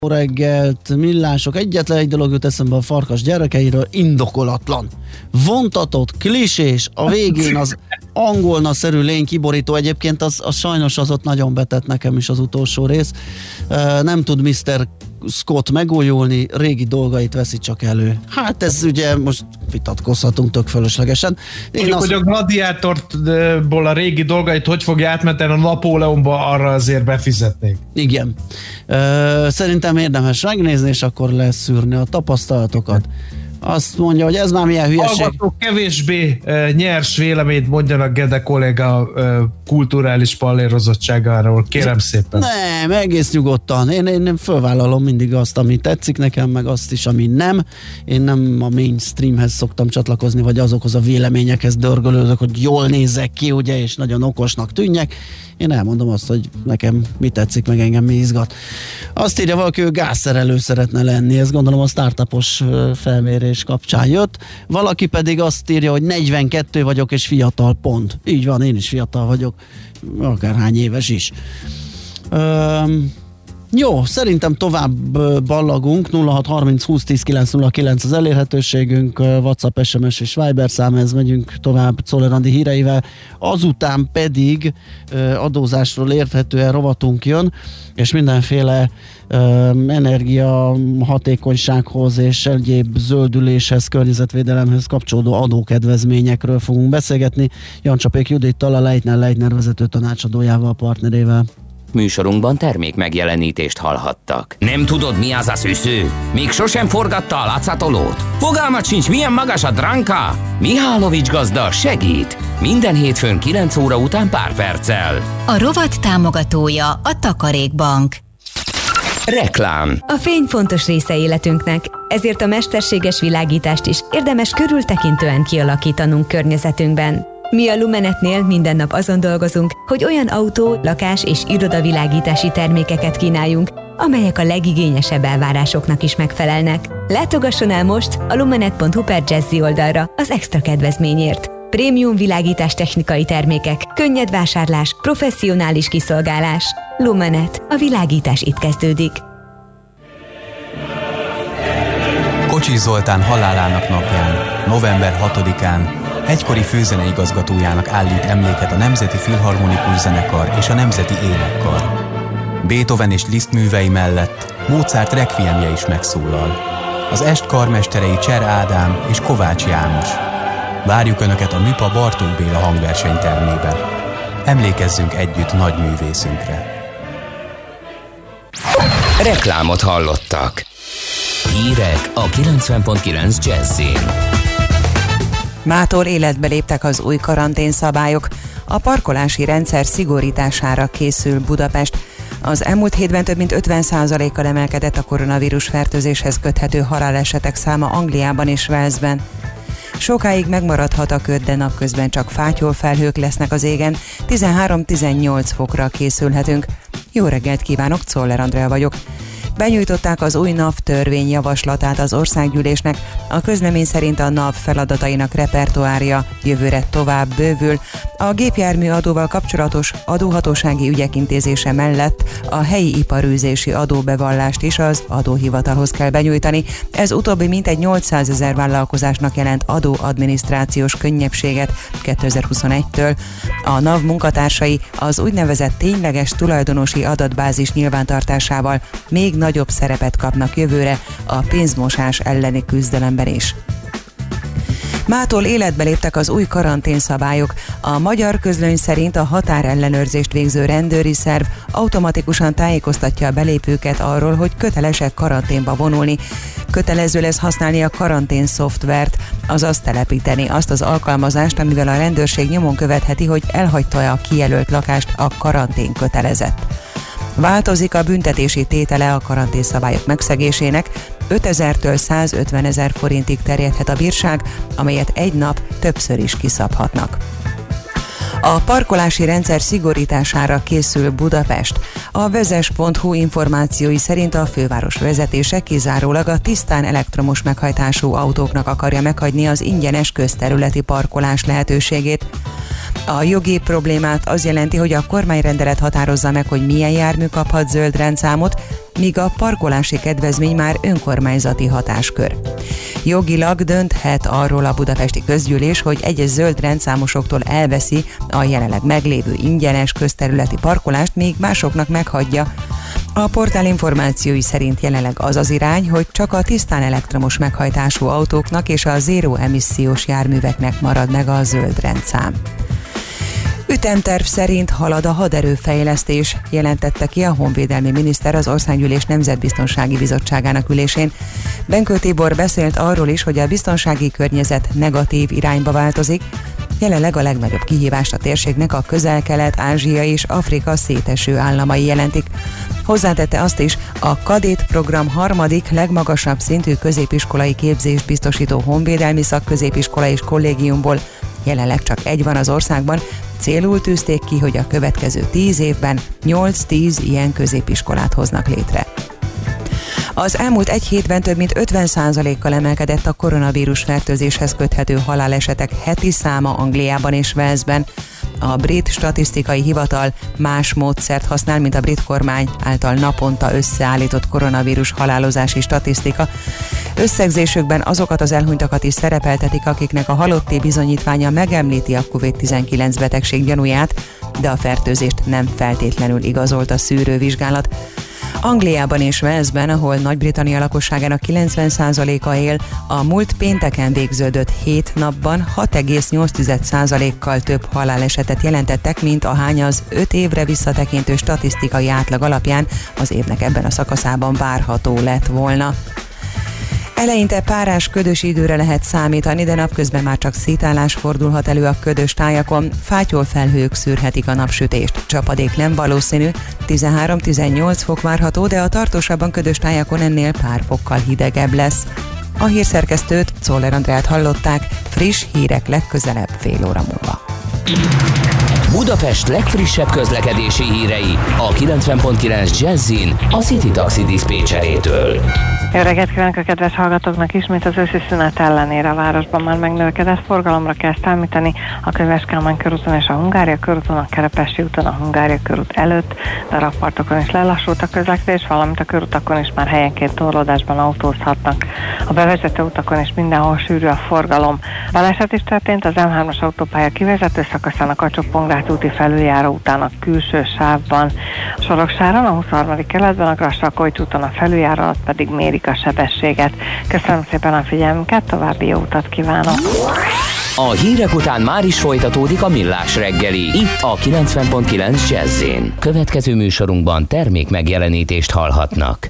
Reggelt, millások, egyetlen egy dolog jut eszembe a farkas gyerekeiről, indokolatlan. Vontatott, klisés, a végén az angolna-szerű lénykiborító, egyébként az sajnos az ott nagyon betett nekem is az utolsó rész. Nem tud Mr. Scott megújulni, régi dolgait veszi csak elő. Hát ez ugye most vitatkozhatunk tök fölöslegesen. Hogy a Gladiátorból a régi dolgait hogy fogja átmenteni a Napóleonba, arra azért befizetnék. Igen. Szerintem érdemes megnézni, és akkor leszűrni a tapasztalatokat. Azt mondja, hogy ez már milyen hülyeség. Hallgatók kevésbé nyers véleményt mondjanak Gede kolléga kulturális pallérozottságáról. Kérem szépen. Nem, egész nyugodtan. Én fölvállalom mindig azt, ami tetszik nekem, meg azt is, ami nem. Én nem a mainstreamhez szoktam csatlakozni, vagy azokhoz a véleményekhez dörgölődök, hogy jól nézek ki, ugye, és nagyon okosnak tűnjek. Én elmondom azt, hogy nekem mi tetszik, meg engem mi izgat. Azt írja valaki, hogy gázszerelő szeretne lenni. Ez gondolom a startupos felmérés kapcsán jött. Valaki pedig azt írja, hogy 42 vagyok és fiatal, pont. Így van, én is fiatal vagyok. Akárhány éves is. Jó, szerintem tovább ballagunk. 0630 20 10 909 az elérhetőségünk, WhatsApp, SMS és Viber számhez megyünk tovább Czoller Andi híreivel. Azután pedig adózásról érthetően rovatunk jön, és mindenféle energia hatékonysághoz és egyéb zöldüléshez, környezetvédelemhez kapcsolódó adókedvezményekről fogunk beszélgetni. Jancsapék Judittal, a Leitner vezető tanácsadójával, partnerével. Műsorunkban termék megjelenítést hallhattak. Nem tudod, mi az a szűző? Még sosem forgatta a látszatolót? Fogalmat sincs, milyen magas a dránka? Mihálovics gazda segít! Minden hétfőn 9 óra után pár perccel. A rovat támogatója a Takarékbank. Reklám. A fény fontos része életünknek, ezért a mesterséges világítást is érdemes körültekintően kialakítanunk környezetünkben. Mi a Lumenetnél minden nap azon dolgozunk, hogy olyan autó, lakás és irodavilágítási termékeket kínáljunk, amelyek a legigényesebb elvárásoknak is megfelelnek. Látogasson el most a lumenet.hu/jazzy oldalra az extra kedvezményért. Prémium világítás technikai termékek, könnyed vásárlás, professzionális kiszolgálás. Lumenet. A világítás itt kezdődik. Kocsis Zoltán halálának napján, november 6-án egykori főzeneigazgatójának állít emléket a Nemzeti Filharmonikus Zenekar és a Nemzeti Énekkar. Beethoven és Liszt művei mellett Mozart requiemje is megszólal. Az est karmesterei Cser Ádám és Kovács János. Várjuk Önöket a MIPA Bartók Béla hangversenytermében. Emlékezzünk együtt nagy művészünkre. Reklámot hallottak. Hírek a 90.9 Jazzin. Mától életbe léptek az új karanténszabályok. A parkolási rendszer szigorítására készül Budapest. Az elmúlt hétben több mint 50%-kal emelkedett a koronavírus fertőzéshez köthető halálesetek száma Angliában és Walesben. Sokáig megmaradhat a köd, de napközben csak fátyolfelhők lesznek az égen, 13-18 fokra készülhetünk. Jó reggelt kívánok, Czoller Andrea vagyok. Benyújtották az új NAV törvény javaslatát az országgyűlésnek. A közlemény szerint a NAV feladatainak repertoárja jövőre tovább bővül. A gépjármű adóval kapcsolatos adóhatósági ügyek intézése mellett a helyi iparűzési adóbevallást is az adóhivatalhoz kell benyújtani. Ez utóbbi mintegy 800 000 vállalkozásnak jelent adóadminisztrációs könnyebbséget 2021-től. A NAV munkatársai az úgynevezett tényleges tulajdonosi adatbázis nyilvántartásával még nagyobb szerepet kapnak jövőre a pénzmosás elleni küzdelemben is. Mától életbe léptek az új karanténszabályok. A Magyar Közlöny szerint a határellenőrzést végző rendőri szerv automatikusan tájékoztatja a belépőket arról, hogy kötelesek karanténba vonulni. Kötelező lesz használni a karantén szoftvert, azaz telepíteni azt az alkalmazást, amivel a rendőrség nyomon követheti, hogy elhagyta-e a kijelölt lakást a karantén kötelezett. Változik a büntetési tétele a karanténszabályok megszegésének, 5000-től 150 000 forintig terjedhet a bírság, amelyet egy nap többször is kiszabhatnak. A parkolási rendszer szigorítására készül Budapest. A vezes.hu információi szerint a főváros vezetése kizárólag a tisztán elektromos meghajtású autóknak akarja meghagyni az ingyenes közterületi parkolás lehetőségét. A jogi problémát az jelenti, hogy a kormányrendelet határozza meg, hogy milyen jármű kaphat zöld rendszámot, míg a parkolási kedvezmény már önkormányzati hatáskör. Jogilag dönthet arról a budapesti közgyűlés, hogy egyes zöld rendszámosoktól elveszi a jelenleg meglévő ingyenes közterületi parkolást, míg másoknak meghagyja. A portál információi szerint jelenleg az az irány, hogy csak a tisztán elektromos meghajtású autóknak és a zéró emissziós járműveknek marad meg a zöld rendszám. Ütemterv szerint halad a haderőfejlesztés, jelentette ki a honvédelmi miniszter az Országgyűlés Nemzetbiztonsági Bizottságának ülésén. Benkő Tibor beszélt arról is, hogy a biztonsági környezet negatív irányba változik. Jelenleg a legnagyobb kihívást a térségnek a Közel-Kelet, Ázsia és Afrika széteső államai jelentik. Hozzátette azt is, a Kadét program harmadik legmagasabb szintű középiskolai képzést biztosító honvédelmi szakközépiskola és kollégiumból jelenleg csak egy van az országban, célul tűzték ki, hogy a következő 10 évben 8-10 ilyen középiskolát hoznak létre. Az elmúlt egy hétben több mint 50%-kal emelkedett a koronavírus fertőzéshez köthető halálesetek heti száma Angliában és Walesben. A brit statisztikai hivatal más módszert használ, mint a brit kormány által naponta összeállított koronavírus halálozási statisztika. Összegzésükben azokat az elhunytakat is szerepeltetik, akiknek a halotti bizonyítványa megemlíti a COVID-19 betegség gyanúját, de a fertőzést nem feltétlenül igazolt a szűrővizsgálat. Angliában és Walesben, ahol Nagy-Britannia lakosságának 90%-a él, a múlt pénteken végződött 7 napban 6,8%-kal több halálesetet jelentettek, mint ahány az 5 évre visszatekintő statisztikai átlag alapján az évnek ebben a szakaszában várható lett volna. Eleinte párás, ködös időre lehet számítani, de napközben már csak szétállás fordulhat elő a ködös tájakon, fátyolfelhők szűrhetik a napsütést. Csapadék nem valószínű, 13-18 fok várható, de a tartósabban ködös tájakon ennél pár fokkal hidegebb lesz. A hírszerkesztőt, Czoller Andrát hallották, friss hírek legközelebb fél óra múlva. Budapest legfrissebb közlekedési hírei a 90.9 Jazzin a City Taxi diszpécserétől. Jó reggelt kívánok a kedves hallgatóknak! Ismét az őszi szünet ellenére a városban már megnövekedett forgalomra kell számítani a Könyves Kálmán körúton és a Hungária körúton, a Kerepesi úton, a Hungária körút előtt, de a rakpartokon is lelassult a közlekedés, valamint a körutakon is már helyenként torlódásban autózhatnak. A bevezető utakon is mindenhol sűrű a forgalom. Baleset is történt az M3-as autópálya kivezető szakaszán a Kacsó-Pongrát úti felüljáró után a külső sávban. A Soroksáron, a 23. kerületben, a Grassalkói úton a felüljáró alatt pedig mérik a sebességet. Köszönöm szépen a figyelmünket, további jó utat kívánok! A hírek után már is folytatódik a Millás reggeli, itt a 90.9 Jazz-én. Következő műsorunkban termék megjelenítést hallhatnak.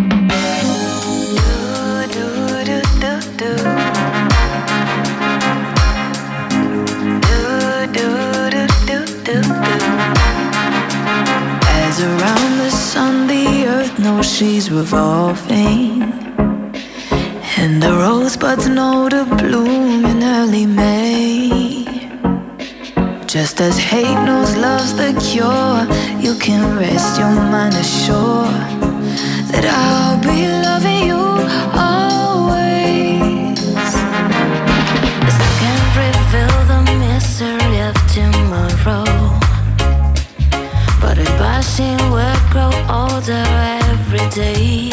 As around the sun the earth knows she's revolving, and the rosebuds know to bloom in early May. Just as hate knows love's the cure, you can rest your mind assured that I'll be loving you always. The sun can't reveal the mystery of tomorrow, but if I see we'll grow older every day.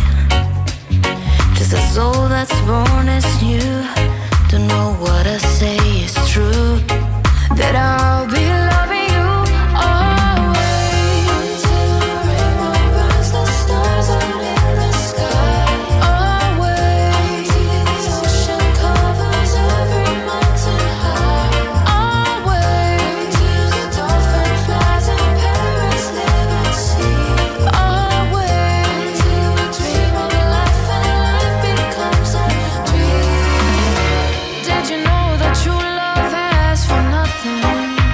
Just a soul that's born is new, don't know what I say is true, that I'll be loving you always. Till the rainbow burns the stars out in the sky. Always. Till the ocean covers every mountain high. Always. Till the dolphin flies in Paris, live at sea. Always. Till we dream of life and life becomes a dream. Did you know that true love asks for nothing?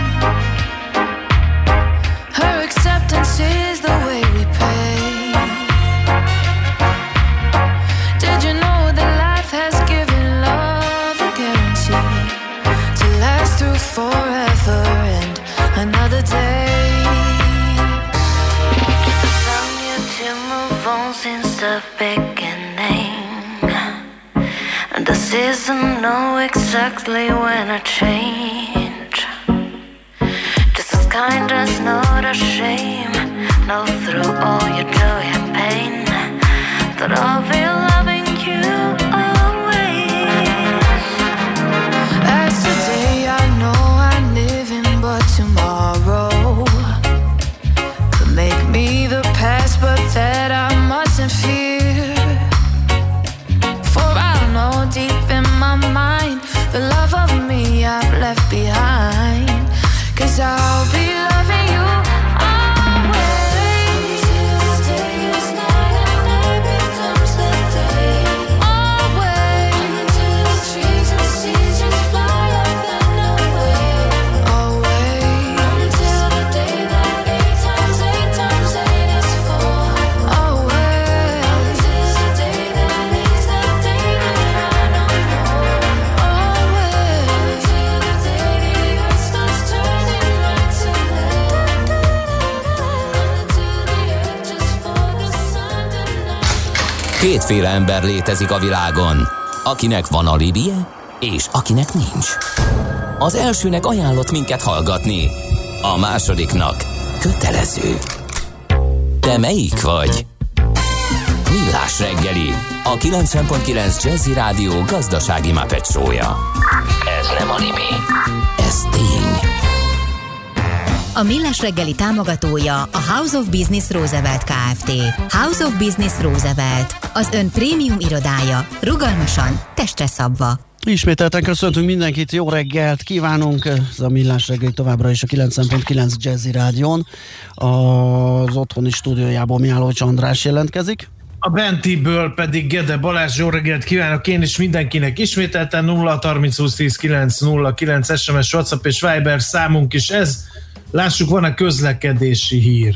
Her acceptance is the way we pay. Did you know that life has given love a guarantee to last through forever and another day? From you to move on since the beginning, and the season know exactly when I change. Just as kindness, not a shame. Know through all your joy and pain. but I'll be loving you always. As today I know I'm living, but tomorrow could make me the past, but that I mustn't fear. For I know deep in my mind the love of me I've left behind, 'cause I'll be loving you always. Until the day is night and night becomes the day. Always. Until the trees and seas just fly up and away. Always. Until the day that 8 times 8 times 8 is 4. Always. Until the day that is the day that I know more. Always. Until the day the earth starts turning right to left. Until the earth just focuses on the night. Kétféle ember létezik a világon, akinek van alibije, és akinek nincs. Az elsőnek ajánlott minket hallgatni, a másodiknak kötelező. Te melyik vagy? Millás reggeli, a 90.9 Jazzy Rádió gazdasági Muppet show-ja. Ez nem anime, ez tény. A Millás reggeli támogatója a House of Business Roosevelt Kft. House of Business Roosevelt, az ön prémium irodája, rugalmasan, testre szabva. Ismételten köszöntünk mindenkit, jó reggelt kívánunk, ez a Millás reggeli továbbra is a 90.9 Jazzy Rádión. Az otthoni stúdiójából Mihálovics András jelentkezik. A Bentiből pedig Gede Balázs. Jó reggelt kívánok én is mindenkinek. Ismételten 0 30 20 10 9 0 9 SMS, WhatsApp és Viber számunk is ez. Lássuk, van-e közlekedési hír?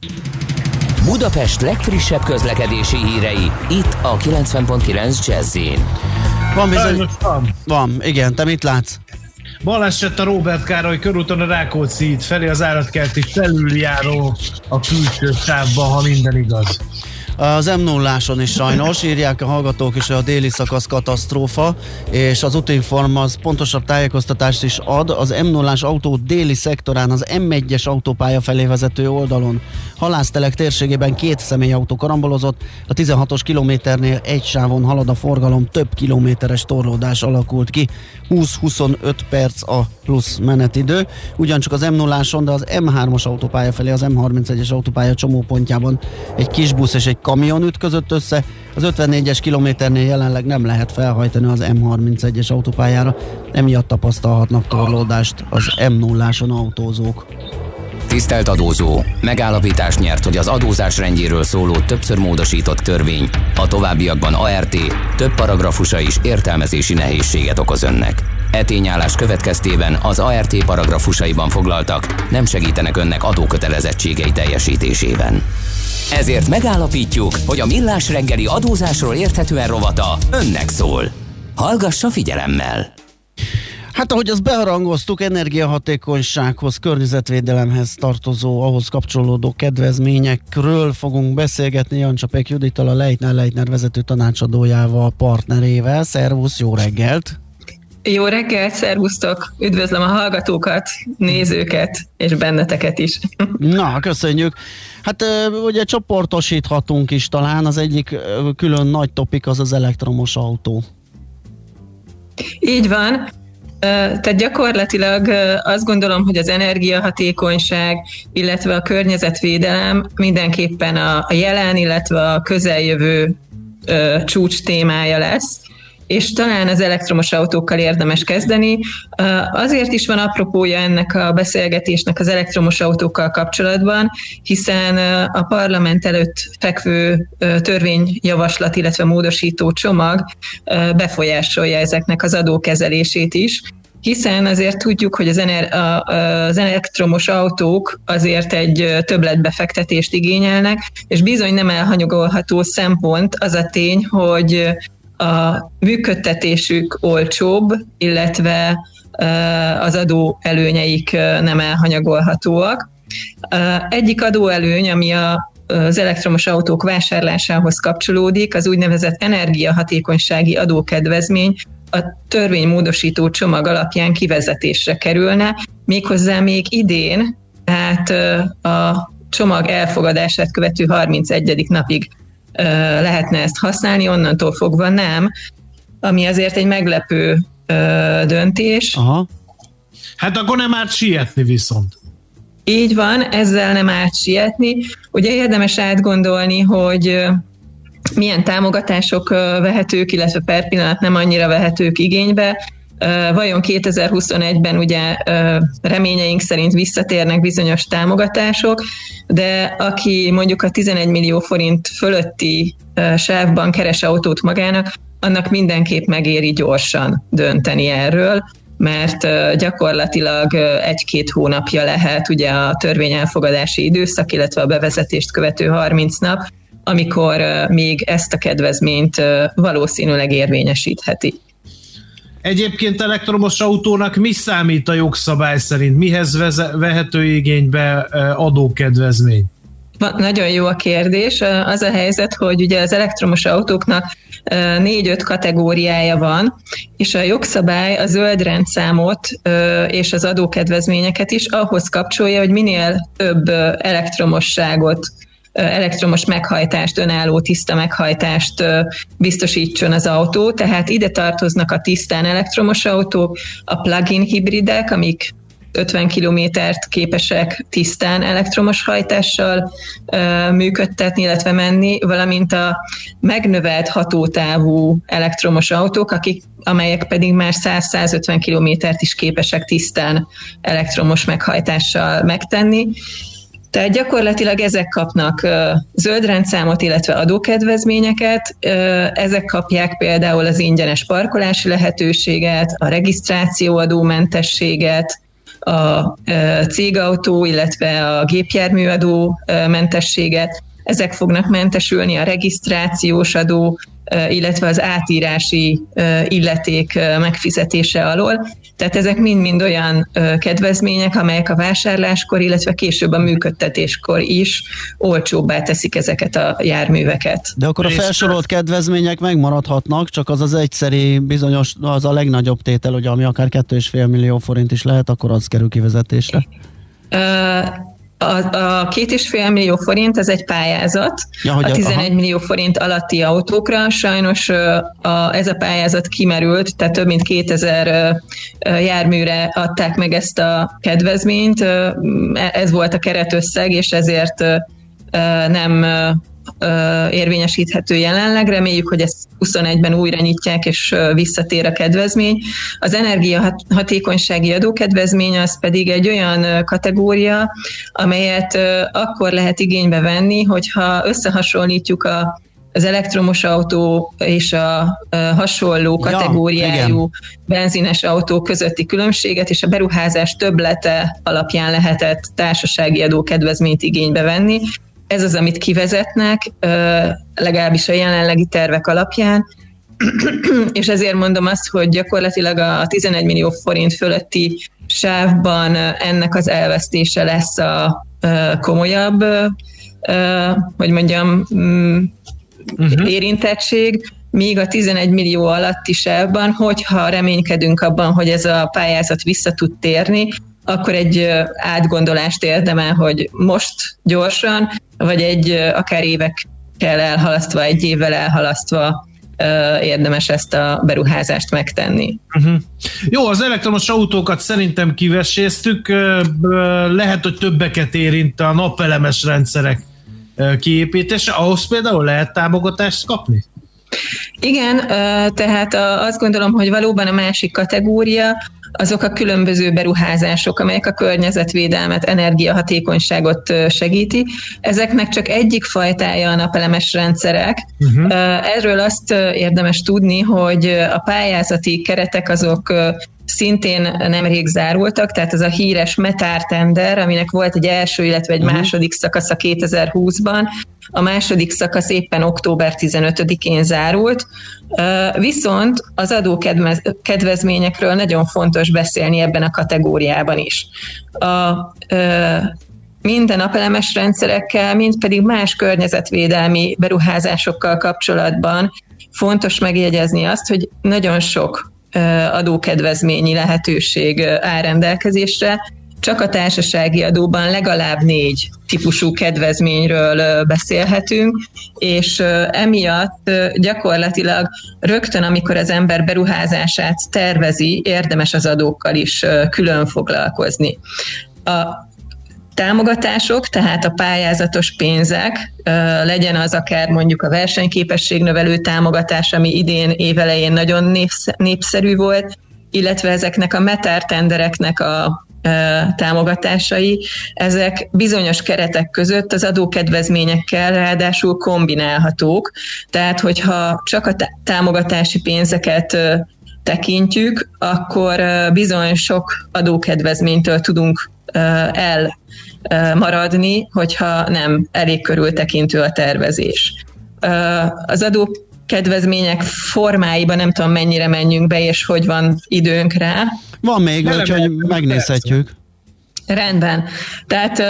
Budapest legfrissebb közlekedési hírei, itt a 90.9 Jazzyn. Van bizony. Sajnos van. Van, igen, te mit látsz? Baleset a Róbert Károly körúton a Rákóczi híd felé, az Állatkerti felüljáró a külső sávban, ha minden igaz. Az M0-áson is sajnos, írják a hallgatók is, a déli szakasz katasztrófa, és az Utinform az pontosabb tájékoztatást is ad. Az M0-ás autó déli szektorán az M1-es autópálya felé vezető oldalon Halásztelek térségében 2 személyautó karambolozott, a 16-os kilométernél egy sávon halad a forgalom, több kilométeres torlódás alakult ki, 20-25 perc a plusz menetidő. Ugyancsak az M0-áson, de az M3-as autópálya felé, az M31-es autópálya csomópontjában egy kis busz és egy kamion ütközött össze. Az 54-es kilométernél jelenleg nem lehet felhajtani az M31-es autópályára, emiatt tapasztalhatnak torlódást az M0-áson autózók. Tisztelt adózó! Megállapítást nyert, hogy az adózás rendjéről szóló többször módosított törvény a továbbiakban ART több paragrafusa is értelmezési nehézséget okoz önnek. E tényállás következtében az ART paragrafusaiban foglaltak nem segítenek önnek adókötelezettségei teljesítésében. Ezért megállapítjuk, hogy a Millás reggeli adózásról érthetően rovata önnek szól. Hallgassa figyelemmel! Hát ahogy azt beharangoztuk, energiahatékonysághoz, környezetvédelemhez tartozó, ahhoz kapcsolódó kedvezményekről fogunk beszélgetni Jancsapek Judittal, a Leitner vezető tanácsadójával, partnerével. Szervusz, jó reggelt! Jó reggelt, szervusztok! Üdvözlöm a hallgatókat, nézőket, és benneteket is. Na, köszönjük! Hát ugye csoportosíthatunk is talán, az egyik külön nagy topik az az elektromos autó. Így van. Tehát gyakorlatilag azt gondolom, hogy az energiahatékonyság, illetve a környezetvédelem mindenképpen a jelen, illetve a közeljövő csúcs témája lesz, és talán az elektromos autókkal érdemes kezdeni. Azért is van apropója ennek a beszélgetésnek az elektromos autókkal kapcsolatban, hiszen a parlament előtt fekvő törvényjavaslat, illetve módosító csomag befolyásolja ezeknek az adókezelését is, hiszen azért tudjuk, hogy az elektromos autók azért egy többletbefektetést igényelnek, és bizony nem elhanyagolható szempont az a tény, hogy a működtetésük olcsóbb, illetve az adóelőnyeik nem elhanyagolhatóak. Egyik adóelőny, ami az elektromos autók vásárlásához kapcsolódik, az úgynevezett energiahatékonysági adókedvezmény a törvénymódosító csomag alapján kivezetésre kerülne, méghozzá még idén, tehát a csomag elfogadását követő 31. napig lehetne ezt használni, onnantól fogva nem, ami azért egy meglepő döntés. Aha. Hát akkor nem árt sietni viszont. Így van, ezzel nem árt sietni. Ugye érdemes átgondolni, hogy milyen támogatások vehetők, illetve per pillanat nem annyira vehetők igénybe. Vajon 2021-ben ugye reményeink szerint visszatérnek bizonyos támogatások, de aki mondjuk a 11 millió forint fölötti sávban keres autót magának, annak mindenképp megéri gyorsan dönteni erről, mert gyakorlatilag 1-2 hónapja lehet ugye a törvény elfogadási időszak, illetve a bevezetést követő 30 nap, amikor még ezt a kedvezményt valószínűleg érvényesítheti. Egyébként elektromos autónak mi számít a jogszabály szerint? Mihez vehető igénybe adókedvezmény? Nagyon jó a kérdés. Az a helyzet, hogy ugye az elektromos autóknak 4-5 kategóriája van, és a jogszabály a zöld rendszámot és az adókedvezményeket is ahhoz kapcsolja, hogy minél több elektromos meghajtást, önálló tiszta meghajtást biztosítson az autó, tehát ide tartoznak a tisztán elektromos autók, a plug-in hibridek, amik 50 kilométert képesek tisztán elektromos hajtással működtetni, illetve menni, valamint a megnövelt hatótávú elektromos autók, amelyek pedig már 100-150 kilométert is képesek tisztán elektromos meghajtással megtenni. Tehát gyakorlatilag ezek kapnak zöld rendszámot, illetve adókedvezményeket, ezek kapják például az ingyenes parkolási lehetőséget, a regisztrációadómentességet, a cégautó, illetve a gépjárműadó mentességet, ezek fognak mentesülni a regisztrációs adó, illetve az átírási illeték megfizetése alól. Tehát ezek mind-mind olyan kedvezmények, amelyek a vásárláskor, illetve később a működtetéskor is olcsóbbá teszik ezeket a járműveket. De akkor a felsorolt kedvezmények megmaradhatnak, csak az egyszeri bizonyos, az a legnagyobb tétel, ugye, ami akár 2,5 millió forint is lehet, akkor az kerül kivezetésre. A 2,5 millió forint, ez egy pályázat, a 11 millió forint alatti autókra. Sajnos ez a pályázat kimerült, tehát több mint 2000 járműre adták meg ezt a kedvezményt. Ez volt a keretösszeg, és ezért nem érvényesíthető jelenleg. Reméljük, hogy ezt 21-ben újra nyitják, és visszatér a kedvezmény. Az energiahatékonysági adókedvezmény az pedig egy olyan kategória, amelyet akkor lehet igénybe venni, hogyha összehasonlítjuk az elektromos autó és a hasonló kategóriájú benzines autó közötti különbséget, és a beruházás többlete alapján lehetett társasági adókedvezményt igénybe venni. Ez az, amit kivezetnek, legalábbis a jelenlegi tervek alapján, és ezért mondom azt, hogy gyakorlatilag a 11 millió forint fölötti sávban ennek az elvesztése lesz a komolyabb, hogy mondjam, érintettség, míg a 11 millió alatti sávban, hogyha reménykedünk abban, hogy ez a pályázat vissza tud térni, akkor egy átgondolást érdemel, hogy most gyorsan, vagy akár évekkel elhalasztva, egy évvel elhalasztva érdemes ezt a beruházást megtenni. Jó, az elektromos autókat szerintem kiveséztük, lehet, hogy többeket érint a napelemes rendszerek kiépítése, ahhoz például lehet támogatást kapni? Igen, tehát azt gondolom, hogy valóban a másik kategória, azok a különböző beruházások, amelyek a környezetvédelmet, energiahatékonyságot segíti. Ezeknek csak egyik fajtája a napelemes rendszerek. Erről azt érdemes tudni, hogy a pályázati keretek azok szintén nemrég zárultak, tehát ez a híres Metár tender, aminek volt egy első, illetve egy második szakasza 2020-ban, a második szakasz éppen október 15-én zárult, viszont az adókedvezményekről nagyon fontos beszélni ebben a kategóriában is. Mind a napelemes rendszerekkel, mind pedig más környezetvédelmi beruházásokkal kapcsolatban fontos megjegyezni azt, hogy nagyon sok adókedvezményi lehetőség áll rendelkezésre. csak a társasági adóban legalább 4 típusú kedvezményről beszélhetünk, és emiatt gyakorlatilag rögtön, amikor az ember beruházását tervezi, érdemes az adókkal is külön foglalkozni. A támogatások, tehát a pályázatos pénzek, legyen az akár mondjuk a versenyképességnövelő támogatás, ami idén évelején nagyon népszerű volt, illetve ezeknek a metártendereknek a támogatásai, ezek bizonyos keretek között az adókedvezményekkel ráadásul kombinálhatók. Tehát, hogyha csak a támogatási pénzeket tekintjük, akkor bizony sok adókedvezménytől tudunk elmaradni, hogyha nem elég körültekintő a tervezés. Az adókedvezmények formáiban nem tudom, mennyire menjünk be, és hogy van időnk rá. Van még, úgyhogy megnézhetjük. Rendben. Tehát,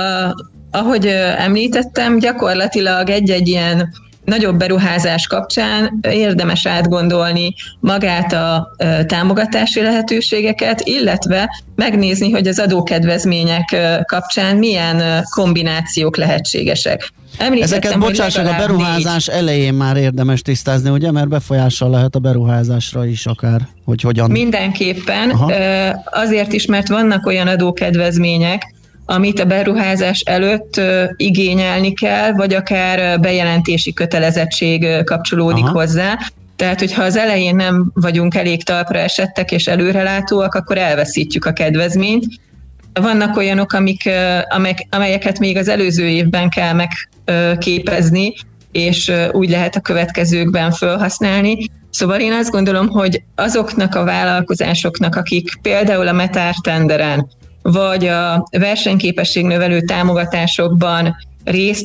ahogy említettem, gyakorlatilag egy-egy ilyen nagyobb beruházás kapcsán érdemes átgondolni magát a támogatási lehetőségeket, illetve megnézni, hogy az adókedvezmények kapcsán milyen kombinációk lehetségesek. Ezeket, bocsássak, a beruházás elején már érdemes tisztázni, ugye? Mert befolyással lehet a beruházásra is akár, hogy hogyan. Mindenképpen. Azért is, mert vannak olyan adókedvezmények, amit a beruházás előtt igényelni kell, vagy akár bejelentési kötelezettség kapcsolódik hozzá. Tehát, hogyha az elején nem vagyunk elég talpra esettek és előrelátóak, akkor elveszítjük a kedvezményt. Vannak olyanok, amelyeket még az előző évben kell megképezni, és úgy lehet a következőkben felhasználni. Szóval én azt gondolom, hogy azoknak a vállalkozásoknak, akik például a metártenderen, vagy a versenyképességnövelő támogatásokban részt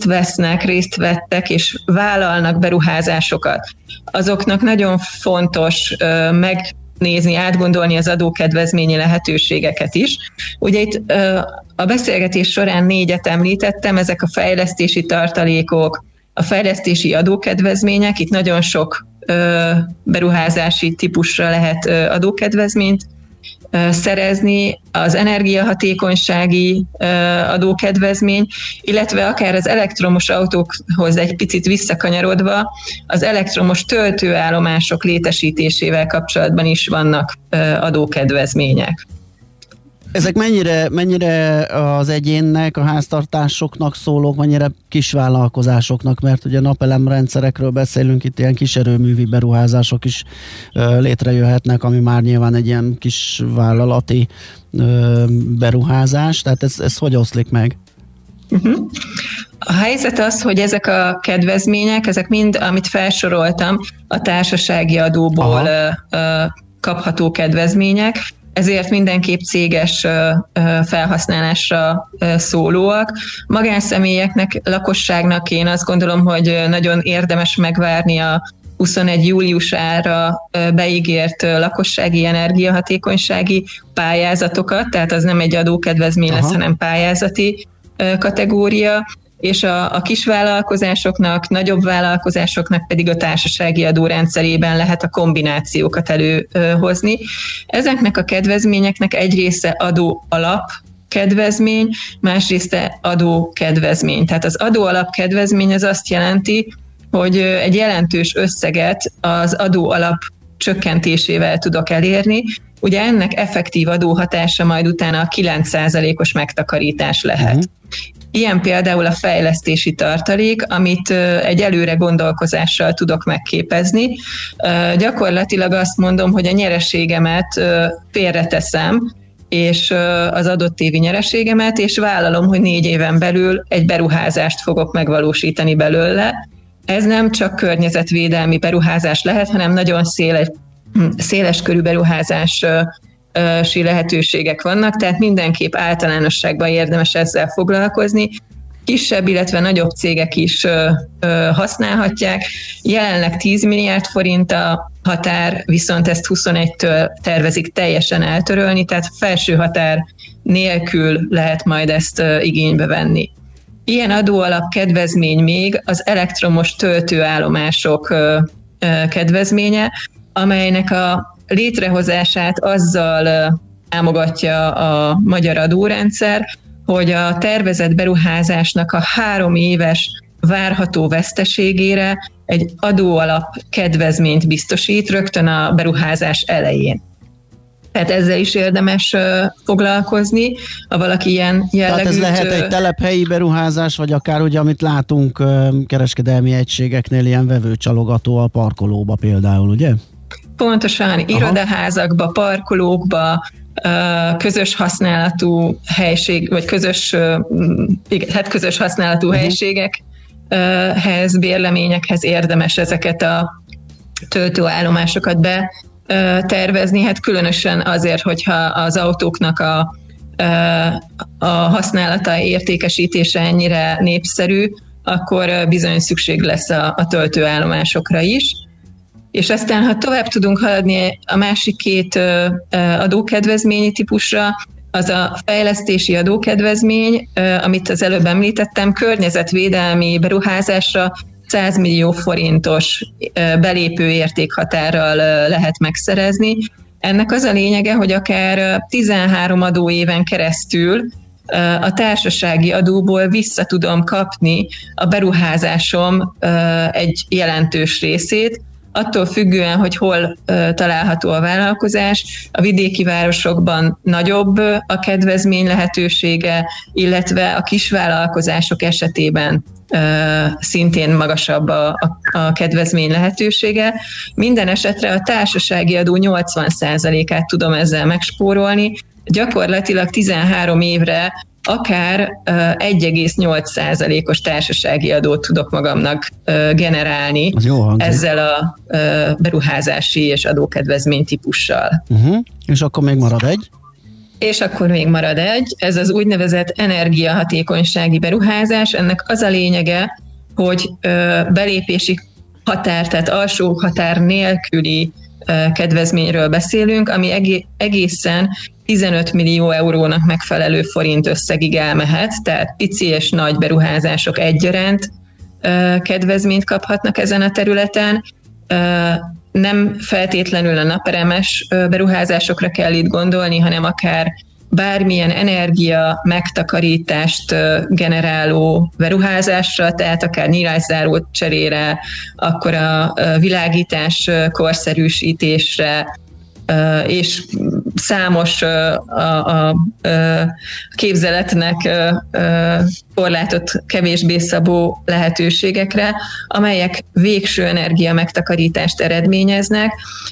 vettek és vállalnak beruházásokat, azoknak nagyon fontos megnézni, átgondolni az adókedvezményi lehetőségeket is. Ugye itt a beszélgetés során 4-et említettem, ezek a fejlesztési tartalékok, a fejlesztési adókedvezmények, itt nagyon sok beruházási típusra lehet adókedvezményt szerezni, az energiahatékonysági adókedvezmény, illetve akár az elektromos autókhoz egy picit visszakanyarodva, az elektromos töltőállomások létesítésével kapcsolatban is vannak adókedvezmények. Ezek mennyire az egyénnek, a háztartásoknak szólók, mennyire kisvállalkozásoknak, mert ugye napelemrendszerekről beszélünk, itt ilyen kiserőművi beruházások is létrejöhetnek, ami már nyilván egy ilyen kis vállalati beruházás, tehát ez hogy oszlik meg? A helyzet az, hogy ezek a kedvezmények, ezek mind, amit felsoroltam, a társasági adóból kapható kedvezmények, ezért mindenképp céges felhasználásra szólóak. Magánszemélyeknek, lakosságnak én azt gondolom, hogy nagyon érdemes megvárni a 21 júliusára beígért lakossági energiahatékonysági pályázatokat, tehát az nem egy adókedvezmény lesz, hanem pályázati kategória, és a kisvállalkozásoknak, nagyobb vállalkozásoknak pedig a társasági adórendszerében lehet a kombinációkat előhozni. Ezeknek a kedvezményeknek egy része adó alap kedvezmény, másrészt adó kedvezmény. Tehát az adó alap kedvezmény az azt jelenti, hogy egy jelentős összeget az adó alap csökkentésével tudok elérni. Ugye ennek effektív adóhatása majd utána a 9%-os megtakarítás lehet. Ilyen például a fejlesztési tartalék, amit egy előre gondolkozással tudok megképezni. Gyakorlatilag azt mondom, hogy a nyereségemet félreteszem, és az adott évi nyereségemet, és vállalom, hogy 4 éven belül egy beruházást fogok megvalósítani belőle. Ez nem csak környezetvédelmi beruházás lehet, hanem nagyon széles körű beruházási lehetőségek vannak, tehát mindenképp általánosságban érdemes ezzel foglalkozni. Kisebb, illetve nagyobb cégek is használhatják. Jelenleg 10 milliárd forint a határ, viszont ezt 21-től tervezik teljesen eltörölni, tehát felső határ nélkül lehet majd ezt igénybe venni. Ilyen adóalap kedvezmény még az elektromos töltőállomások kedvezménye, amelynek a létrehozását azzal támogatja a magyar adórendszer, hogy a tervezett beruházásnak a 3 éves várható veszteségére egy adóalap kedvezményt biztosít rögtön a beruházás elején. Tehát ezzel is érdemes foglalkozni, ha valaki ilyen jellegűt... Tehát ez lehet egy telephelyi beruházás, vagy akár ugye, amit látunk kereskedelmi egységeknél, ilyen vevőcsalogató a parkolóba például, ugye? Pontosan, irodaházakba, parkolókba, közös használatú helység, vagy közös használatú helységekhez, bérleményekhez érdemes ezeket a töltőállomásokat betervezni, hát különösen azért, hogyha az autóknak a használata, értékesítése ennyire népszerű, akkor bizony szükség lesz a töltőállomásokra is. És aztán, ha tovább tudunk haladni a másik 2 adókedvezményi típusra, az a fejlesztési adókedvezmény, amit az előbb említettem, környezetvédelmi beruházásra 100 millió forintos belépő értékhatárral lehet megszerezni. Ennek az a lényege, hogy akár 13 adóéven keresztül a társasági adóból vissza tudom kapni a beruházásom egy jelentős részét, attól függően, hogy hol található a vállalkozás. A vidéki városokban nagyobb a kedvezmény lehetősége, illetve a kisvállalkozások esetében szintén magasabb a kedvezmény lehetősége. Minden esetre a társasági adó 80%-át tudom ezzel megspórolni. Gyakorlatilag 13 évre akár 1,8%-os társasági adót tudok magamnak generálni ezzel a beruházási és adókedvezmény típussal. És akkor még marad egy? És akkor még marad egy, ez az úgynevezett energiahatékonysági beruházás. Ennek az a lényege, hogy belépési határ, tehát alsó határ nélküli kedvezményről beszélünk, ami egészen 15 millió eurónak megfelelő forint összegig elmehet, tehát pici és nagy beruházások egyaránt kedvezményt kaphatnak ezen a területen. Nem feltétlenül a naperemes beruházásokra kell itt gondolni, hanem akár bármilyen energia megtakarítást generáló beruházásra, tehát akár nyílászáró cserére, akkor a világítás korszerűsítésre, és számos a képzeletnek korlátot kevésbé szabó lehetőségekre, amelyek végső energia megtakarítást eredményeznek.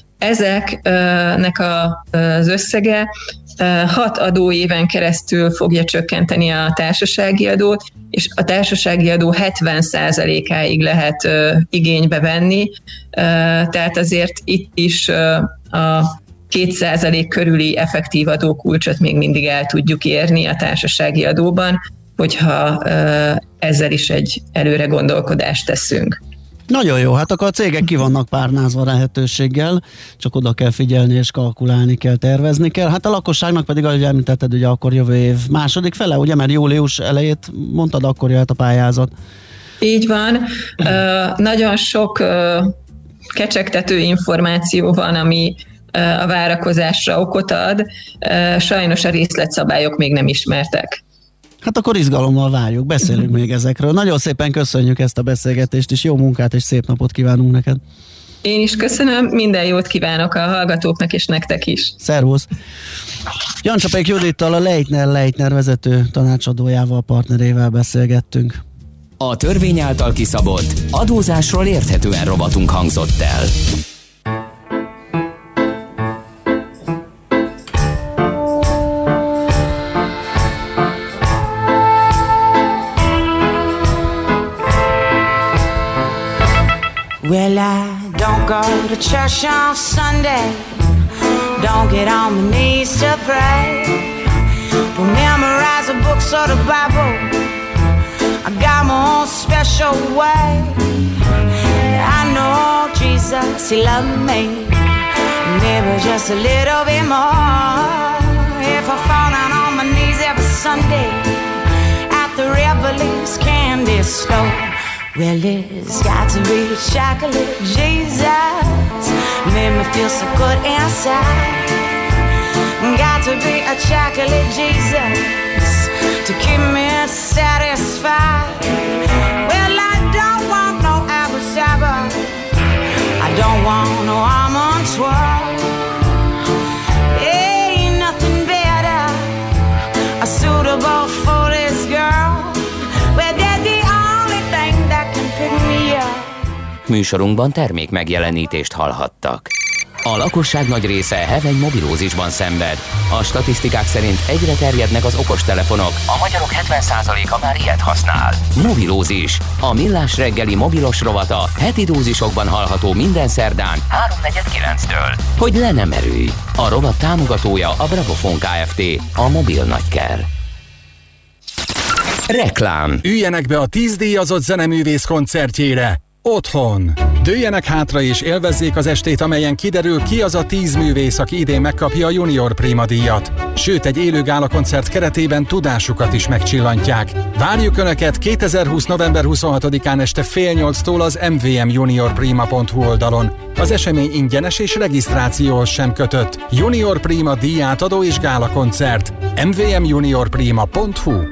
Ezeknek az összege 6 adóéven keresztül fogja csökkenteni a társasági adót, és a társasági adó 70%-áig lehet igénybe venni, tehát azért itt is a 2% körüli effektív adókulcsot még mindig el tudjuk érni a társasági adóban, hogyha ezzel is egy előre gondolkodást teszünk. Nagyon jó, hát akkor a cégek ki vannak párnázva lehetőséggel, csak oda kell figyelni és kalkulálni kell, tervezni kell. Hát a lakosságnak pedig, ahogy említetted, ugye akkor jövő év második fele, ugye, mert július elejét mondtad, akkor jöhet a pályázat. Így van. Nagyon sok kecsegtető információ van, ami a várakozásra okot ad. Sajnos a részletszabályok még nem ismertek. Hát akkor izgalommal várjuk, beszélünk még ezekről. Nagyon szépen köszönjük ezt a beszélgetést, és jó munkát és szép napot kívánunk neked. Én is köszönöm, minden jót kívánok a hallgatóknak és nektek is. Szervusz! Jancsapék Judittal, a Leitner vezető tanácsadójával, partnerével beszélgettünk. A törvény által kiszabott adózásról érthetően rovatunk hangzott el. Well, I don't go to church on Sunday, don't get on my knees to pray, don't memorize the books or the Bible, I got my own special way. I know Jesus, He loved me, maybe just a little bit more. If I fall down on my knees every Sunday at the Revelings candy store, well, it's got to be chocolate Jesus, made me feel so good inside. Got to be a chocolate Jesus to keep me satisfied. Well, I don't want no apple cider. I don't want no almond swirl. Ain't nothing better suitable for this girl. Well, they're the only thing that can pick me up. Műsorunkban termék megjelenítést hallhattak. A lakosság nagy része heveny mobilózisban szenved. A statisztikák szerint egyre terjednek az okostelefonok. A magyarok 70%-a már ilyet használ. Mobilózis. A Millás reggeli mobilos rovata heti dózisokban hallható minden szerdán 3:49-től. Hogy le nem erőj. A rovat támogatója a Bravofon Kft. A mobil nagyker. Reklám. Üljenek be a 10 díjazott zeneművész koncertjére. Otthon. Dőljenek hátra és élvezzék az estét, amelyen kiderül, ki az a 10 művész, aki idén megkapja a Junior Prima díjat. Sőt, egy élő gálakoncert keretében tudásukat is megcsillantják. Várjuk Önöket 2020. november 26-án este fél 8-tól az mvmjuniorprima.hu oldalon. Az esemény ingyenes és regisztrációhoz sem kötött. Junior Prima díjátadó és gálakoncert. mvmjuniorprima.hu.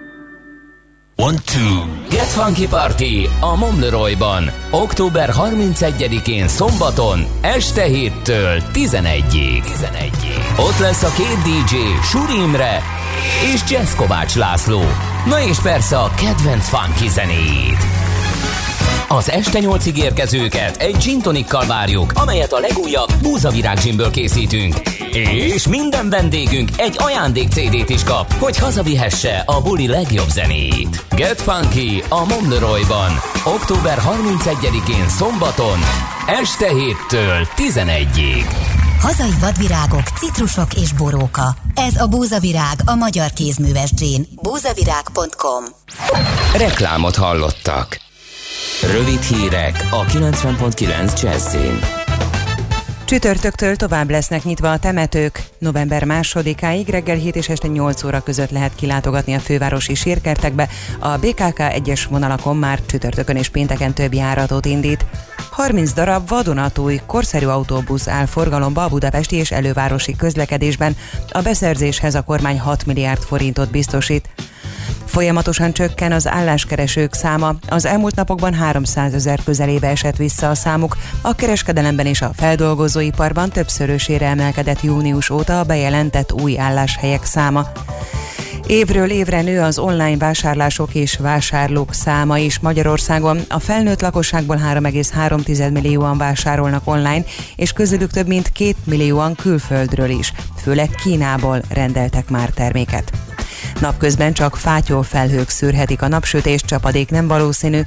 1, 2. Get Funky Party a Momleroyban. Október 31-én szombaton este 7-től 11-ig. Ott lesz a két DJ, Suri Imre és Jazz Kovács László. Na és persze a kedvenc funky zenéit. Az este 8-ig érkezőket egy gin tonikkal várjuk, amelyet a legújabb Búzavirág ginből készítünk. És minden vendégünk egy ajándék CD-t is kap, hogy hazavihesse a buli legjobb zenét. Get Funky a Momleroyban. Október 31-én szombaton este 7-től 11-ig. Hazai vadvirágok, citrusok és boróka. Ez a Búzavirág, a magyar kézműves gin. búzavirág.com. Reklámot hallottak. Rövid hírek a 90.9 Jazzin. Csütörtöktől tovább lesznek nyitva a temetők. November 2-áig reggel 7 és este 8 óra között lehet kilátogatni a fővárosi sírkertekbe. A BKK egyes vonalakon már csütörtökön és pénteken több járatot indít. 30 darab vadonatúj, korszerű autóbusz áll forgalomba a budapesti és elővárosi közlekedésben. A beszerzéshez a kormány 6 milliárd forintot biztosít. Folyamatosan csökken az álláskeresők száma. Az elmúlt napokban 300 000 közelébe esett vissza a számuk. A kereskedelemben és a feldolgozóiparban többszörösére emelkedett június óta a bejelentett új álláshelyek száma. Évről évre nő az online vásárlások és vásárlók száma is Magyarországon. A felnőtt lakosságból 3,3 millióan vásárolnak online, és közülük több mint 2 millióan külföldről is, főleg Kínából rendeltek már terméket. Napközben csak fátyolfelhők szűrhetik a napsütést, csapadék nem valószínű,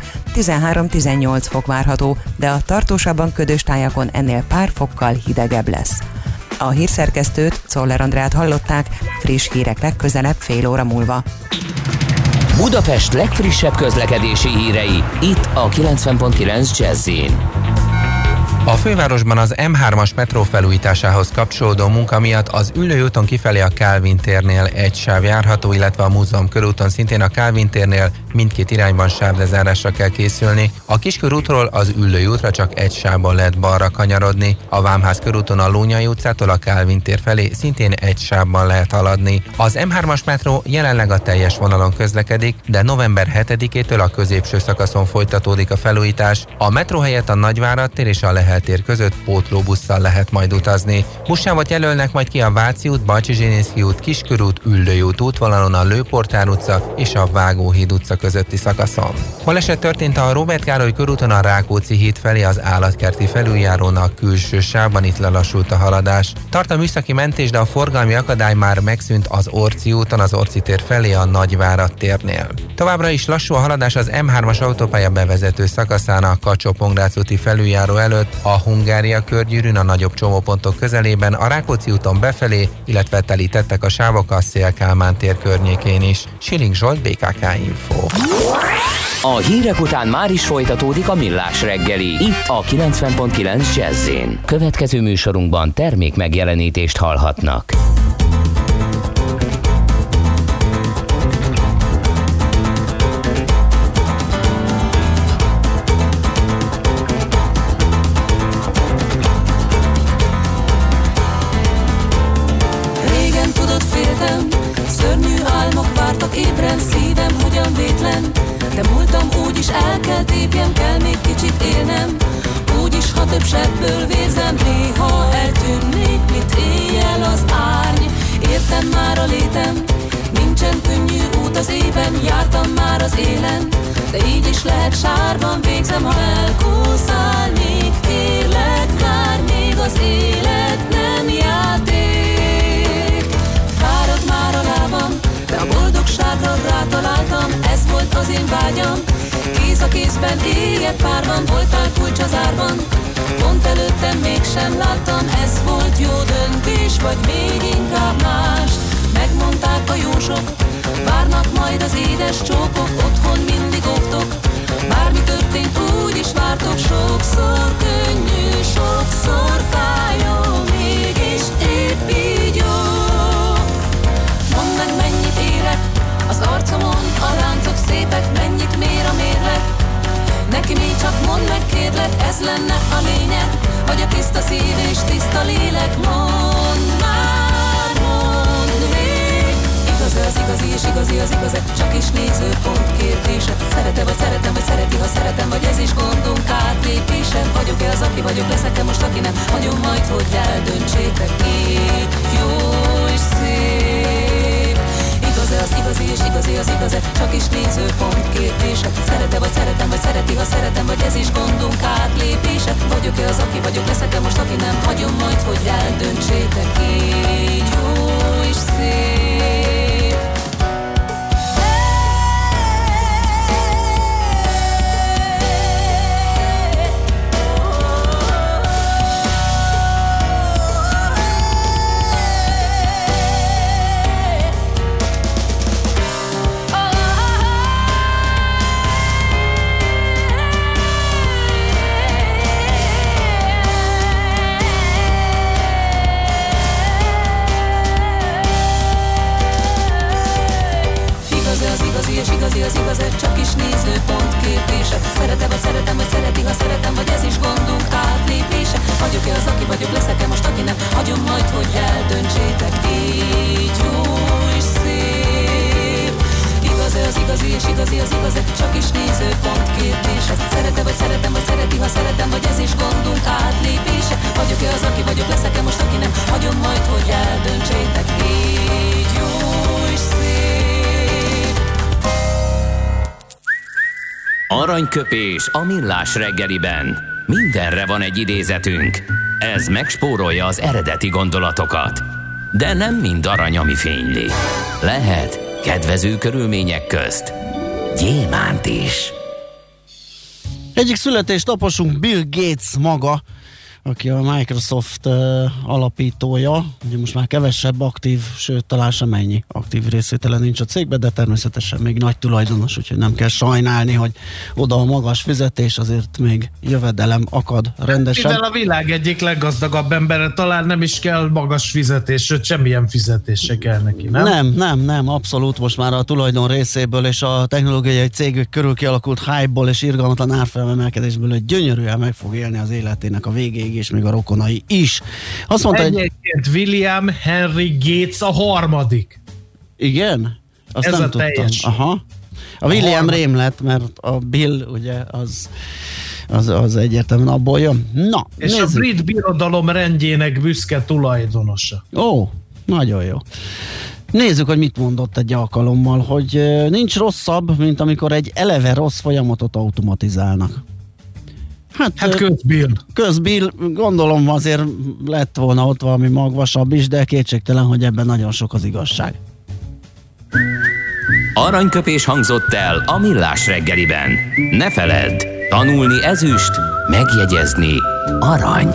13-18 fok várható, de a tartósabban ködös tájakon ennél pár fokkal hidegebb lesz. A hírszerkesztőt, Czoller Andrát hallották, friss hírek legközelebb fél óra múlva. Budapest legfrissebb közlekedési hírei, itt a 90.9 Jazzin. A fővárosban az M3-as metró felújításához kapcsolódó munka miatt az Üllői úton kifelé a Kálvin térnél egy sáv járható, illetve a Múzeum körúton szintén a Kálvin térnél mindkét irányban sávlezárásra kell készülni. A Kiskörútról az Üllői útra csak egy sávban lehet balra kanyarodni. A Vámház körúton a Lónyai utcától a Kálvin tér felé szintén egy sávban lehet haladni. Az M3-as metró jelenleg a teljes vonalon közlekedik, de november 7-től a középső szakaszon folytatódik a felújítás. A metró helyett a Nagyvárad tér és a Lehel tér között pótlóbusszal lehet majd utazni. Buszsávot jelölnek majd ki a Váci út, Bajcsy-Zsilinszky út, Kiskörút, Üllői út útvonalon a Lőportár utca és a Vágóhíd utca közötti szakaszon. Baleset történt a Róbert Károly körúton a Rákóczi híd felé az állatkerti felüljárónak külső sávban, itt lelassult a haladás. Tart a műszaki mentés, de a forgalmi akadály már megszűnt az Orci úton, az Orci tér felé a Nagyvárad térnél. Továbbra is lassú a haladás az M3-as autópálya bevezető szakaszán a Kacsó-Pongrác úti felüljáró előtt, a Hungária körgyűrűn a nagyobb csomópontok közelében, a Rákóczi úton befelé, illetve telítettek a sávok a Széll-Kálmán tér környékén is. Siling Zsolt, BKK Info. A hírek után már is folytatódik a Millás reggeli, itt a 90.9 Jazz-én. Következő műsorunkban termék megjelenítést hallhatnak. Régen fölvérzem, néha eltűnnék, mint éjjel az árny. Értem már a létem, nincsen könnyű út az ében, jártam már az élen, de így is lehet sárban végzem, ha elkúszálnék. Kérlek, várj, még az élet nem játék. Fáradt már a lábam, de a boldogságra rátaláltam, ez volt az én vágyam. Kéz a kézben, éjjel párban, voltál kulcs az árban. Pont előttem mégsem láttam, ez volt jó döntés, vagy még inkább más. Megmondták a jósok, várnak majd az édes csókok, otthon mindig óvtok. Bármi történt, úgy is vártok, sokszor könnyű, sokszor fájó, mégis épp így jó. Mondd meg, mennyit érek, az arcomon a láncok szépek, mennyit mér a mérleg. Neki még csak mondd meg, kérlek, ez lenne a lényeg, hogy a tiszta szív és tiszta lélek. Mondd már, mondd még, igaz-e az igazi és igazi az igaz-e, csak is nézőpont kérdése. Szeretem vagy szeretem, vagy szereti, ha szeretem, vagy ez is gondunk átlépése. Vagyok-e az, aki vagyok, leszek-e most, aki nem, hagyom majd, hogy eldöntsétek. Így jó és szép, igaz-e az igazi és igazi az igaz-e, csak is nézőpont kérdése. Szerete vagy szeretem, vagy szereti, ha szeretem, vagy ez is gondunk átlépése. Vagyok-e az, aki vagyok, leszek-e most, aki nem, hagyom majd, hogy eldöntsétek. Így jó és szép. És igazi az igaz, csak is nézőpont kérdése. Szerete vagy szeretem, vagy szereti, ha szeretem, vagy ez is gondunk átlépése. Vagyok-e az, aki vagyok, leszek-e most, aki nem, hagyom majd, hogy eldöntsétek. Így jó és szép, igaz-e az igazi és igazi az igaz, csak is nézőpont kérdése. Szerete vagy szeretem, vagy szereti, ha szeretem, vagy ez is gondunk átlépése. Vagyok-e az, aki vagyok, leszek-e most, aki nem, hagyom majd, hogy eldöntsétek. Így jó és szép. Aranyköpés a millás reggeliben. Mindenre van egy idézetünk. Ez megspórolja az eredeti gondolatokat. De nem mind arany, ami fényli. Lehet kedvező körülmények közt gyémánt is. Egyik születésnaposunk Bill Gates maga, aki a Microsoft alapítója, ugye most már kevesebb aktív, sőt talán sem ennyi aktív részvétele nincs a cégben, de természetesen még nagy tulajdonos, úgyhogy nem kell sajnálni, hogy oda a magas fizetés, azért még jövedelem akad rendesen. Mivel a világ egyik leggazdagabb embere, talán nem is kell magas fizetés, sőt semmilyen fizetés se kell neki, nem? Nem, abszolút most már a tulajdon részéből és a technológiai cégek körül kialakult hype-ból és irgalmatlan árfolyamemelkedésből egy gyönyörűen meg fog élni az életének a végéig, és még a rokonai is. Azt mondta, egyébként William Henry Gates a harmadik. Igen? Azt ez nem a tudtam. teljes. Aha. A William rém lett, mert a Bill ugye az egyértelműen abból jön. Na, és nézzük. a brit birodalom rendjének büszke tulajdonosa. Ó, nagyon jó. Nézzük, hogy mit mondott egy alkalommal, hogy nincs rosszabb, mint amikor egy eleve rossz folyamatot automatizálnak. Hát közbill, gondolom azért lett volna ott valami magvasabb is, de kétségtelen, hogy ebben nagyon sok az igazság. Aranyköpés hangzott el a millás reggeliben. Ne feledd, tanulni ezüst, megjegyezni arany.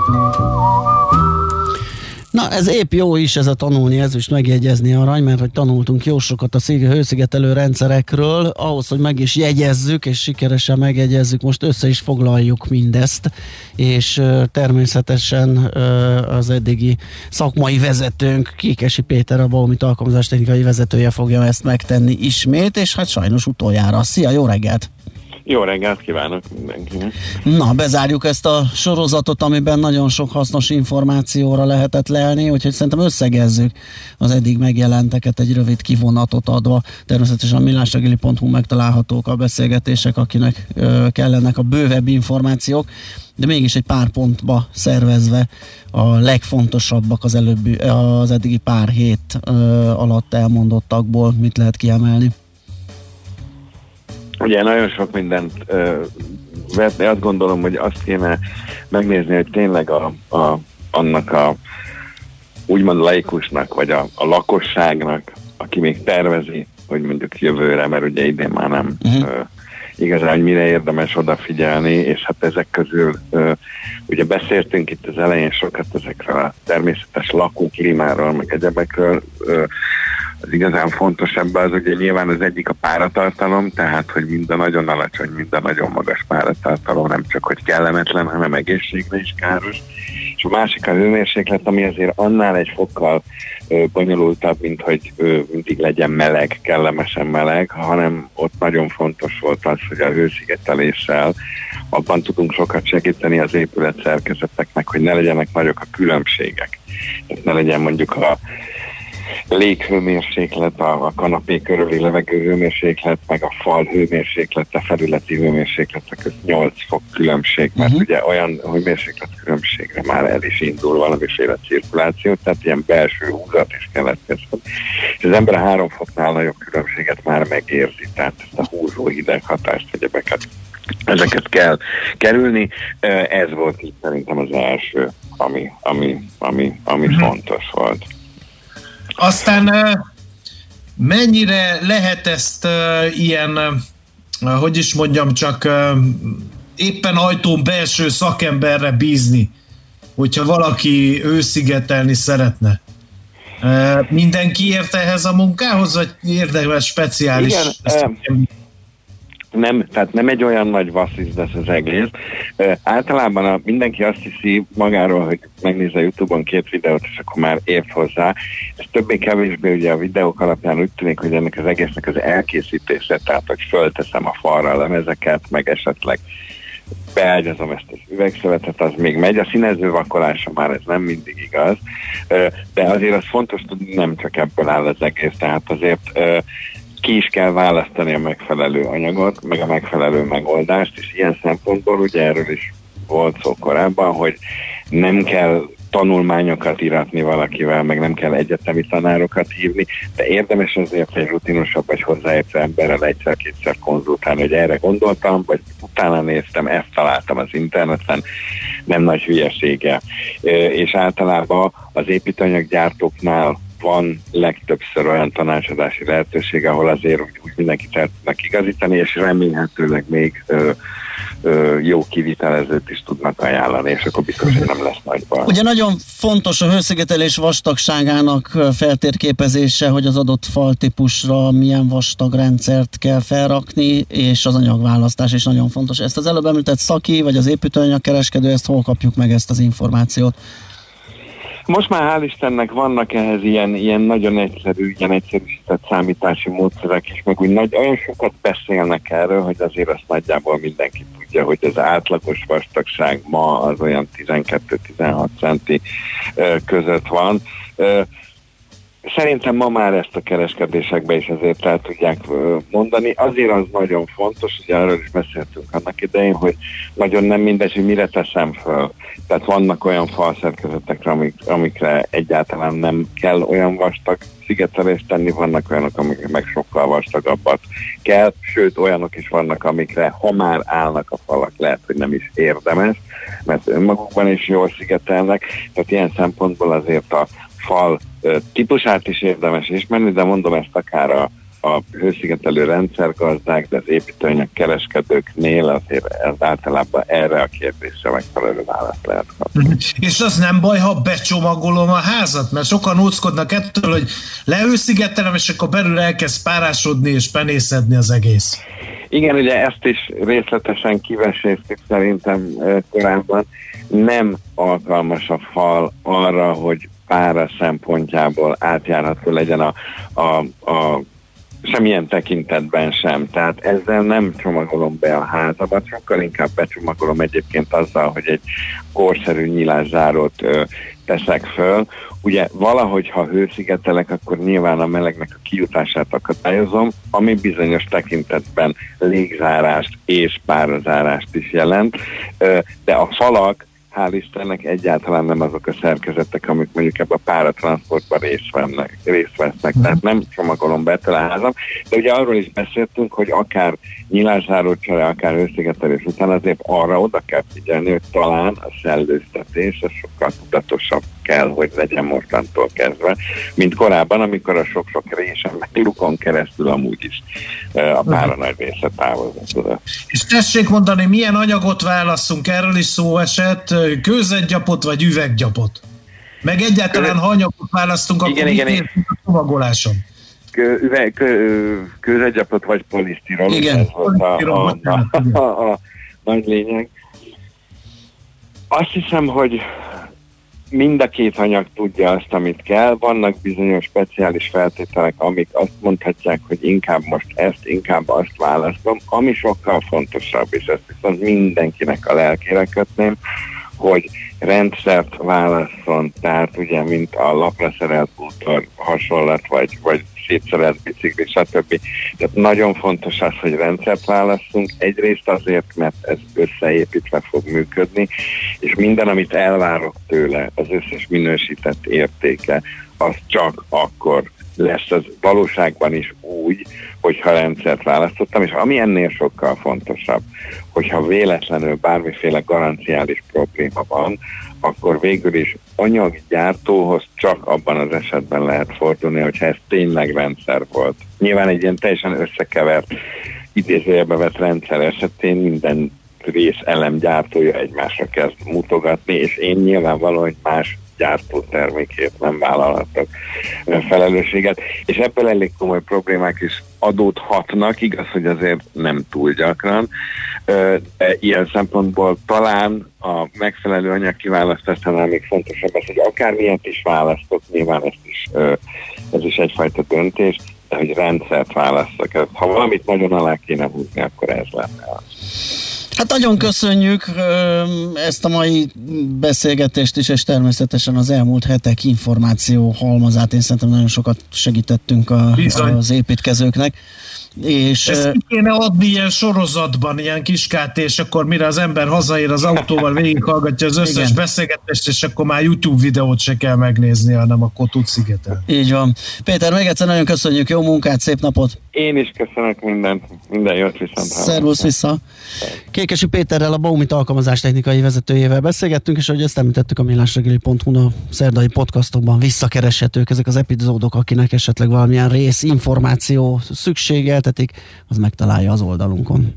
Na, ez épp jó is, ez a tanulni ezüst, megjegyezni arany, mert hogy tanultunk jó sokat a hőszigetelő rendszerekről, ahhoz, hogy meg is jegyezzük, és sikeresen megjegyezzük, most össze is foglaljuk mindezt, és természetesen az eddigi szakmai vezetőnk, Kékesi Péter, a Baumit alkalmazástechnikai vezetője fogja ezt megtenni ismét, és hát sajnos utoljára. Szia, jó reggelt! Jó reggelt kívánok mindenkinek! Na, bezárjuk ezt a sorozatot, amiben nagyon sok hasznos információra lehetett lelni, úgyhogy szerintem összegezzük az eddig megjelenteket egy rövid kivonatot adva. Természetesen a millásreggeli.hu megtalálhatók a beszélgetések, akinek kellenek a bővebb információk, de mégis egy pár pontba szervezve a legfontosabbak az eddigi pár hét alatt elmondottakból mit lehet kiemelni? Ugye nagyon sok mindent vetni, azt gondolom, hogy azt kéne megnézni, hogy tényleg annak a úgymond laikusnak, vagy a lakosságnak, aki még tervezi, hogy mondjuk jövőre, mert ugye idén már nem igazán, hogy mire érdemes odafigyelni, és hát ezek közül ugye beszéltünk itt az elején sokat ezekről a természetes lakóklímáról, meg egyebekről. Az igazán fontos ebben az, ugye nyilván az egyik a páratartalom, tehát hogy mind a nagyon alacsony, mind a nagyon magas páratartalom nem csak hogy kellemetlen, hanem egészségre is káros. És a másik a hőmérséklet, ami azért annál egy fokkal bonyolultabb, mint hogy mindig legyen meleg, kellemesen meleg, hanem ott nagyon fontos volt az, hogy a hőszigeteléssel abban tudunk sokat segíteni az épületszerkezeteknek, hogy ne legyenek nagyok a különbségek. Tehát ne legyen mondjuk a léghőmérséklet, a kanapé körüli levegő hőmérséklet, meg a fal hőmérséklete, felületi hőmérséklete között 8 fok különbség, mert ugye olyan hőmérséklet különbségre már el is indul valamiféle cirkuláció, tehát ilyen belső húzat is keletkezhet. És az ember a 3 foknál nagyobb különbséget már megérzi, tehát ezt a húzó hideg hatást, ezeket kell kerülni. Ez volt itt szerintem az első, ami fontos volt. Aztán mennyire lehet ezt ilyen, hogy is mondjam, csak éppen ajtón belső szakemberre bízni, hogyha valaki hőszigetelni szeretne? Mindenki ért ehhez a munkához, vagy érdemes speciális? Igen, nem, tehát nem egy olyan nagy vasszizd ez az egész. Általában mindenki azt hiszi magáról, hogy megnéz a YouTube-on 2 videót, és akkor már ért hozzá. Ez többé-kevésbé ugye a videók alapján úgy tűnik, hogy ennek az egésznek az elkészítése, tehát hogy fölteszem a falra a lemezeket, meg esetleg beágyazom ezt az üvegszövetet, az még megy. A színező vakolása már ez nem mindig igaz, de azért az fontos tudni, nem csak ebből áll az egész, tehát azért ki is kell választani a megfelelő anyagot, meg a megfelelő megoldást, és ilyen szempontból ugye erről is volt szó korábban, hogy nem kell tanulmányokat íratni valakivel, meg nem kell egyetemi tanárokat hívni, de érdemes azért egy rutinosabb vagy hozzáértő emberrel egyszer-kétszer konzultálni, hogy erre gondoltam, vagy utána néztem, ezt találtam az interneten, nem nagy hülyesége. És általában az építőanyaggyártóknál van legtöbbször olyan tanácsadási lehetőség, ahol azért úgy mindenkit el tudnak igazítani, és remélhetőleg még jó kivitelezőt is tudnak ajánlani, és akkor biztos, hogy nem lesz nagy baj. Ugye nagyon fontos a hőszigetelés vastagságának feltérképezése, hogy az adott faltípusra milyen vastag rendszert kell felrakni, és az anyagválasztás is nagyon fontos. Ezt az előbb említett szaki, vagy az építőanyagkereskedő, ezt hol kapjuk meg ezt az információt? Most már hál' Istennek vannak ehhez ilyen nagyon egyszerű, ilyen egyszerűsített számítási módszerek is, meg úgy olyan sokat beszélnek erről, hogy azért azt nagyjából mindenki tudja, hogy az átlagos vastagság ma az olyan 12-16 centi között van. Szerintem ma már ezt a kereskedésekben is azért el tudják mondani. Azért az nagyon fontos, hogy arról is beszéltünk annak idején, hogy nagyon nem mindegy, hogy mire teszem föl. Tehát vannak olyan falszerkezetekre, amikre egyáltalán nem kell olyan vastag szigetelést tenni, vannak olyanok, amikre meg sokkal vastagabbat kell, sőt olyanok is vannak, amikre ha már állnak a falak, lehet, hogy nem is érdemes, mert önmagukban is jól szigetelnek, tehát ilyen szempontból azért a fal típusát is érdemes ismerni, de mondom ezt akár a hőszigetelő rendszergazdák, de az építőanyag kereskedőknél azért ez általában erre a kérdésre megfelelő választ lehet kapni. És az nem baj, ha becsomagolom a házat, mert sokan óckodnak ettől, hogy lehőszigetelem, és akkor belül elkezd párásodni és penészedni az egész. Igen, ugye ezt is részletesen kiveséztük szerintem korábban. Nem alkalmas a fal arra, hogy pára szempontjából átjárható legyen a Semmilyen tekintetben sem. Tehát ezzel nem csomagolom be a házamat, sokkal inkább becsomagolom egyébként azzal, hogy egy korszerű nyilászárót teszek föl. Ugye valahogy, ha hőszigetelek, akkor nyilván a melegnek a kijutását akadályozom, ami bizonyos tekintetben légzárást és párazárást is jelent, de a falak hál' Istennek egyáltalán nem azok a szerkezetek, amik mondjuk ebben a páratranszportban részt vesznek, tehát nem csomagolom be a házam, de ugye arról is beszéltünk, hogy akár nyilászárócsere, akár hőszigetelés után azért arra oda kell figyelni, hogy talán a szellőztetés az sokkal tudatosabb kell, hogy legyen mostantól kezdve, mint korábban, amikor a sok-sok résen, meg lukon keresztül amúgy is a pára nagy része távozott. És tessék mondani, milyen anyagot válasszunk, erről is szó esett, kőzetgyapot vagy üveggyapot? Meg egyáltalán ha anyagot választunk, akkor mit értünk a csomagoláson? Kőzetgyapot vagy polisztirol, ez volt a nagy lényeg. Azt hiszem, hogy mind a két anyag tudja azt, amit kell. Vannak bizonyos speciális feltételek, amik azt mondhatják, hogy inkább most ezt, inkább azt választom. Ami sokkal fontosabb, és ezt viszont mindenkinek a lelkére kötném, hogy rendszert válasszon, tehát ugye, mint a lapra szerelt bútor hasonlat, vagy szétszerelt bicikli, stb. Tehát nagyon fontos az, hogy rendszert válasszunk. Egyrészt azért, mert ez összeépítve fog működni, és minden, amit elvárok tőle, az összes minősített értéke, az csak akkor lesz az valóságban is úgy, hogyha rendszert választottam, és ami ennél sokkal fontosabb, hogyha véletlenül bármiféle garanciális probléma van, akkor végül is anyaggyártóhoz csak abban az esetben lehet fordulni, hogyha ez tényleg rendszer volt. Nyilván egy ilyen teljesen összekevert, idézőjelbe vett rendszer esetén minden részelem gyártója egymásra kezd mutogatni, és én nyilvánvalóan más gyártó termékét nem vállalhatok felelősséget, és ebből elég komoly problémák is adódhatnak, igaz, hogy azért nem túl gyakran, de ilyen szempontból talán a megfelelő anyag kiválasztásánál még fontosabb az, hogy akármilyet is választok, nyilván ez is egyfajta döntés, de hogy rendszert választok. Ha valamit nagyon alá kéne húzni, akkor ez lenne az. Hát nagyon köszönjük ezt a mai beszélgetést is, és természetesen az elmúlt hetek információ halmazát. Én szerintem nagyon sokat segítettünk az építkezőknek. És ezt ki kéne adni ilyen sorozatban, ilyen kiskát, és akkor mire az ember hazaér az autóval, végighallgatja az összes beszélgetést, és akkor már YouTube videót se kell megnézni, hanem akkor tud szigetelni. Így van. Péter, még egyszer nagyon köszönjük, jó munkát, szép napot! Én is köszönök minden jót, viszont. Szervusz vissza! Kékesi Péterrel, a Baumit alkalmazás technikai vezetőjével beszélgettünk, és ahogy ezt említettük, a millásreggeli.hu a szerdai podcastokban visszakereshetők ezek az epizódok, akinek esetleg valamilyen rész információ szükségeltetik, az megtalálja az oldalunkon.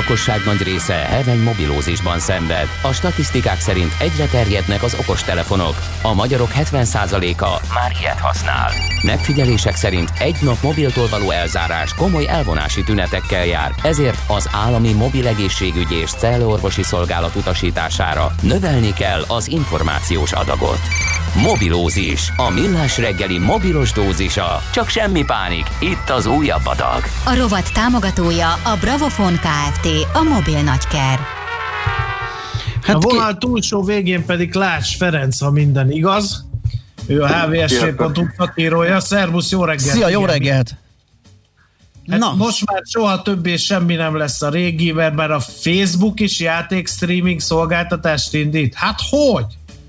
lakosság nagy része heveny mobilózisban szenved. A statisztikák szerint egyre terjednek az okostelefonok. A magyarok 70%-a már ilyet használ. Megfigyelések szerint egy nap mobiltól való elzárás komoly elvonási tünetekkel jár, ezért az állami mobil egészségügyi és cellorvosi szolgálat utasítására növelni kell az információs adagot. Mobilózis, a millás reggeli mobilos dózisa. Csak semmi pánik, itt az újabb adag. A rovat támogatója a Bravofon Kft. A mobil nagyker. A vonal túlsó végén pedig Lács Ferenc, ha minden igaz. Ő a hvsv.hu szakírója. Szervusz, jó reggelt! Szia, jó reggelt! Hát most már soha többé semmi nem lesz a régi, mert már a Facebook is játék streaming szolgáltatást indít. Hát hogy?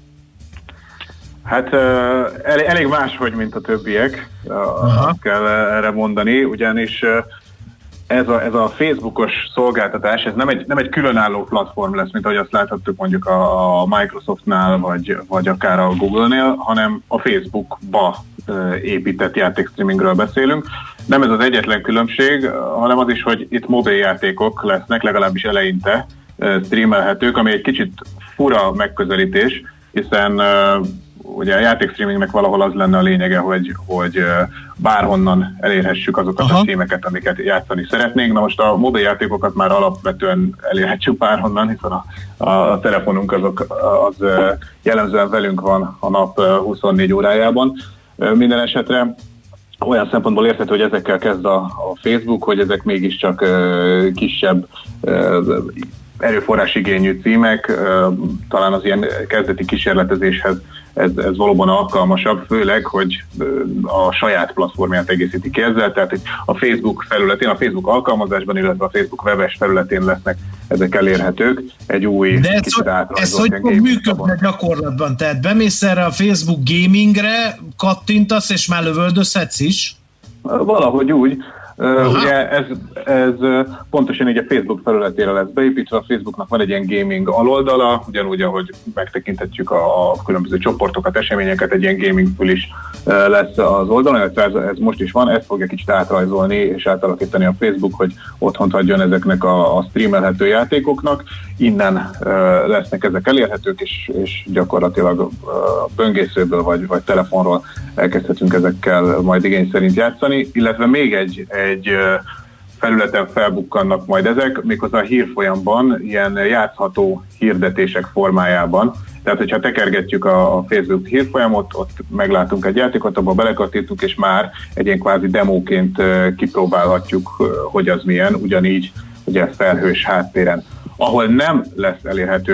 Hát elég máshogy, mint a többiek, azt kell erre mondani, ugyanis ez a Facebookos szolgáltatás, ez nem egy különálló platform lesz, mint ahogy azt láthattuk mondjuk a Microsoftnál, vagy akár a Google-nél, hanem a Facebookba épített játékstreamingről beszélünk. Nem ez az egyetlen különbség, hanem az is, hogy itt mobiljátékok lesznek, legalábbis eleinte streamelhetők, ami egy kicsit fura megközelítés, hiszen ugye a játékstreamingnek valahol az lenne a lényege, hogy bárhonnan elérhessük azokat a streameket, amiket játszani szeretnénk. Na most a mobiljátékokat már alapvetően elérhetjük bárhonnan, hiszen a telefonunk az jellemzően velünk van a nap 24 órájában. Minden esetre olyan szempontból érthető, hogy ezekkel kezd a Facebook, hogy ezek mégiscsak kisebb erőforrásigényű címek, talán az ilyen kezdeti kísérletezéshez ez valóban alkalmasabb, főleg, hogy a saját platformját egészíti ki ezzel, tehát a Facebook felületén, a Facebook alkalmazásban, illetve a Facebook webes felületén lesznek ezek elérhetők. Egy új kicsit átrajzolt. Ez hogy fog működni gyakorlatban? Tehát bemész erre a Facebook gamingre, kattintasz, és már lövöldözhetsz is? Valahogy úgy. Ugye ez pontosan így a Facebook felületére lesz beépítve, a Facebooknak van egy ilyen gaming aloldala, ugyanúgy, ahogy megtekinthetjük a különböző csoportokat, eseményeket, egy ilyen gaming fül is lesz az oldalon, ez most is van, ezt fogja kicsit átrajzolni és átalakítani a Facebook, hogy otthont hagyjon ezeknek a streamelhető játékoknak, innen lesznek ezek elérhetők, és gyakorlatilag böngészőből vagy telefonról elkezdhetünk ezekkel majd igény szerint játszani, illetve még egy felületen felbukkannak majd ezek, méghozzá a hírfolyamban ilyen játszható hirdetések formájában. Tehát, hogyha tekergetjük a Facebook hírfolyamot, ott meglátunk egy játékot, abba belekattintunk, és már egy ilyen kvázi demóként kipróbálhatjuk, hogy az milyen, ugyanígy ugye felhős háttéren. Ahol nem lesz elérhető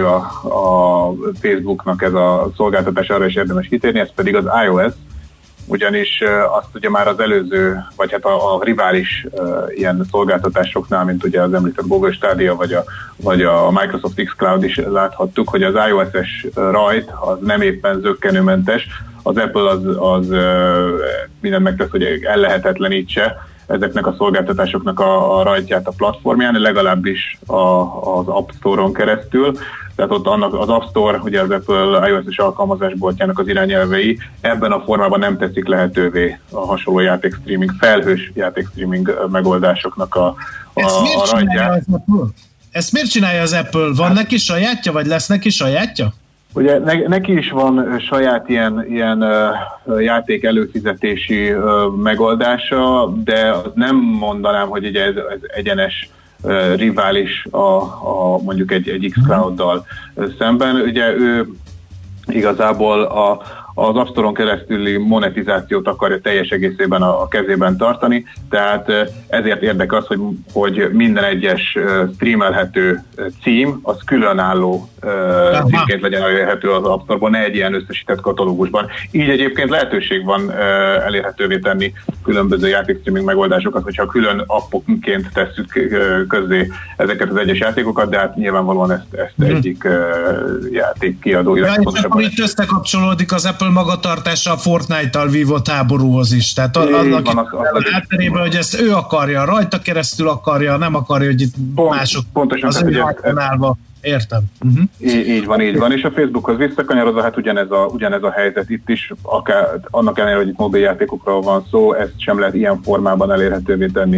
a Facebooknak ez a szolgáltatás, arra is érdemes kitérni, ez pedig az iOS, ugyanis azt ugye már az előző, vagy hát a rivális ilyen szolgáltatásoknál, mint ugye az említett Google Stadia, vagy a Microsoft xCloud is láthattuk, hogy az iOS-es rajt az nem éppen zökkenőmentes, az Apple az mindent megtesz, hogy ellehetetlenítse ezeknek a szolgáltatásoknak a rajtját a platformján, legalábbis az App Store-on keresztül. Tehát ott az App Store, ugye az Apple iOS-es alkalmazásboltjának az irányelvei ebben a formában nem teszik lehetővé a hasonló játékstreaming, felhős játékstreaming megoldásoknak a rajtját. Ezt miért csinálja az Apple? Van neki sajátja, vagy lesz neki sajátja? Ugye neki is van saját ilyen játék előfizetési megoldása, de nem mondanám, hogy ugye ez egyenes rivális mondjuk egy xCloud-dal szemben. Ugye ő igazából az App Store-on keresztüli monetizációt akarja teljes egészében a kezében tartani, tehát ezért érdekes az, hogy minden egyes streamelhető cím, az különálló címként legyen elérhető az App Store-ban, ne egy ilyen összesített katalógusban. Így egyébként lehetőség van elérhetővé tenni különböző játékstreaming megoldásokat, hogyha külön appokként tesszük közzé ezeket az egyes játékokat, de hát nyilvánvalóan ezt egyik játékkiadó. Akkor itt összekapcsolódik az Apple magatartása a Fortnite-tal vívott háborúhoz is. Tehát annak hátterében, hogy ezt ő akarja, rajta keresztül akarja, nem akarja, hogy itt mások pontosan, az ő hajtanálva. Értem. Így van. És a Facebookhoz visszakanyarodva, hát ugyanez a helyzet itt is, akár annak ellenére, hogy itt mobiljátékokról van szó, ezt sem lehet ilyen formában elérhetővé tenni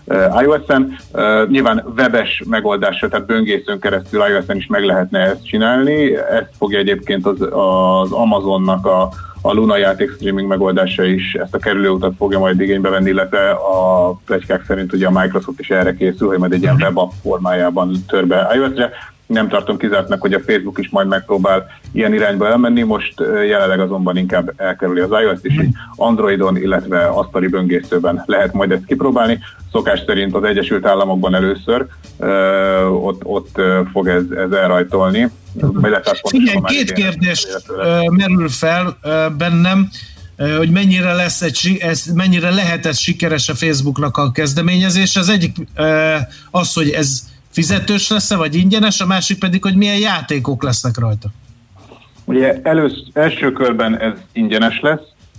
iOS-en. Nyilván webes megoldásra, tehát böngészőn keresztül iOS-en is meg lehetne ezt csinálni. Ezt fogja egyébként az Amazonnak a Luna játék streaming megoldása is ezt a kerülőutat fogja majd igénybe venni, illetve a pletykák szerint ugye a Microsoft is erre készül, hogy majd egy ilyen webapp formájában tör be iOS-re. Nem tartom kizártnak, hogy a Facebook is majd megpróbál ilyen irányba elmenni, most jelenleg azonban inkább elkerüli az iOS-t, és Androidon, illetve asztali böngészőben lehet majd ezt kipróbálni. Szokás szerint az Egyesült Államokban először ott fog ez elrajtolni. Igen, két kérdés merül fel bennem, hogy mennyire lehet ez sikeres a Facebooknak a kezdeményezés. Az egyik az, hogy ez fizetős lesz-e, vagy ingyenes, a másik pedig, hogy milyen játékok lesznek rajta. Ugye első körben ez ingyenes lesz,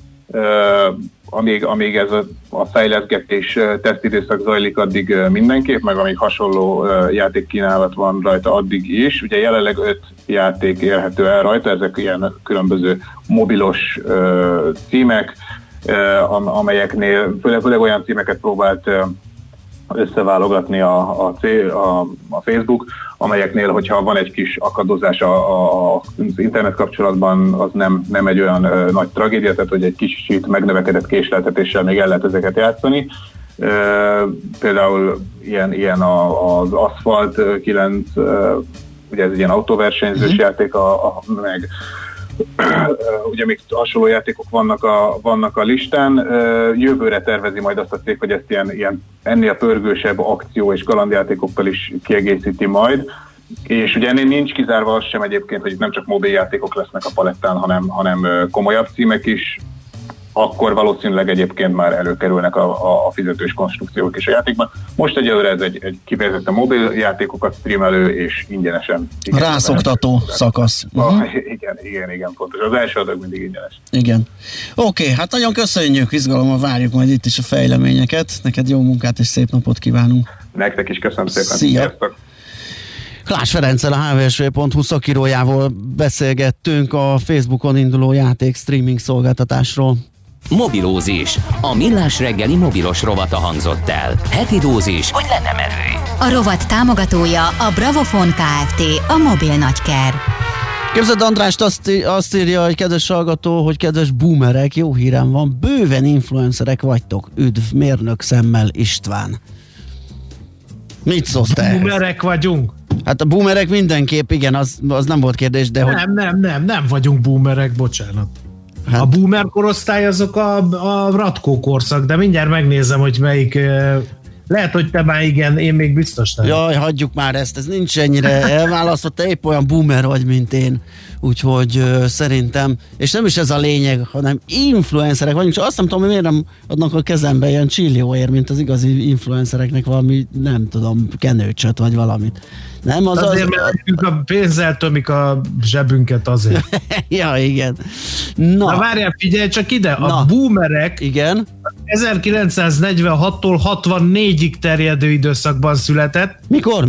amíg ez a fejleszgetés tesztidőszak zajlik, addig mindenképp, meg amíg hasonló játékkínálat van rajta, addig is. Ugye jelenleg 5 játék érhető el rajta, ezek ilyen különböző mobilos címek, amelyeknél főleg olyan címeket próbált összeválogatni a Facebook, amelyeknél, hogyha van egy kis akadozás az internet kapcsolatban, az nem egy olyan nagy tragédia, tehát hogy egy kicsit megnövekedett késleltetéssel még el lehet ezeket játszani. Például ilyen az Asphalt 9, ugye ez egy ilyen autóversenyzős játék, meg ugye még hasonló játékok vannak a listán. Jövőre tervezi majd azt a cég, hogy ezt ilyen ennél pörgősebb akció és kalandjátékokkal is kiegészíti majd. És ugye ennél nincs kizárva az sem egyébként, hogy nem csak mobiljátékok lesznek a palettán, hanem komolyabb címek is. Akkor valószínűleg egyébként már előkerülnek a fizetős konstrukciók is a játékban. Most egyelőre ez egy kifejezetten mobil játékokat streamelő és ingyenesen. Rászoktató szakasz. Igen, pontos. Az első adag mindig ingyenes. Igen. Oké, hát nagyon köszönjük, izgalommal várjuk majd itt is a fejleményeket. Neked jó munkát és szép napot kívánunk. Nektek is köszönöm szépen. Szia! Sziasztok. Klász Ferenccel, a hvsv.hu szakírójával beszélgettünk a Facebookon induló játék streaming szolgáltatásról. Mobilózis. A Millás reggeli mobilos rovata hangzott el. Heti dózis, hogy lenne merő. A rovat támogatója a Bravofon Kft. A mobil nagyker. Képzeld, Andrást azt írja, hogy kedves hallgató, hogy kedves boomerek, jó hírem van, bőven influencerek vagytok. Üdv, mérnök szemmel István. Mit szólsz te? Boomerek vagyunk? Hát a boomerek mindenképp, igen, az nem volt kérdés, de hogy... Nem vagyunk boomerek, bocsánat. Hát. A boomer korosztály azok a Ratko korszak, de mindjárt megnézem, hogy melyik... Lehet, hogy te már igen, én még biztos nem. Jaj, hagyjuk már ezt, ez nincs ennyire elválasztva, te épp olyan boomer vagy, mint én. Úgyhogy szerintem, és nem is ez a lényeg, hanem influencerek vagyunk, csak azt nem tudom, hogy miért nem adnak a kezembe ilyen csillióért, mint az igazi influencereknek valami, nem tudom, kenőcsöt vagy valamit. Nem, azért, mert a pénzzel tömik a zsebünket azért. Ja, igen. Na várjál, figyelj csak ide, a boomerek igen. 1946-tól 64-ig terjedő időszakban született. Mikor?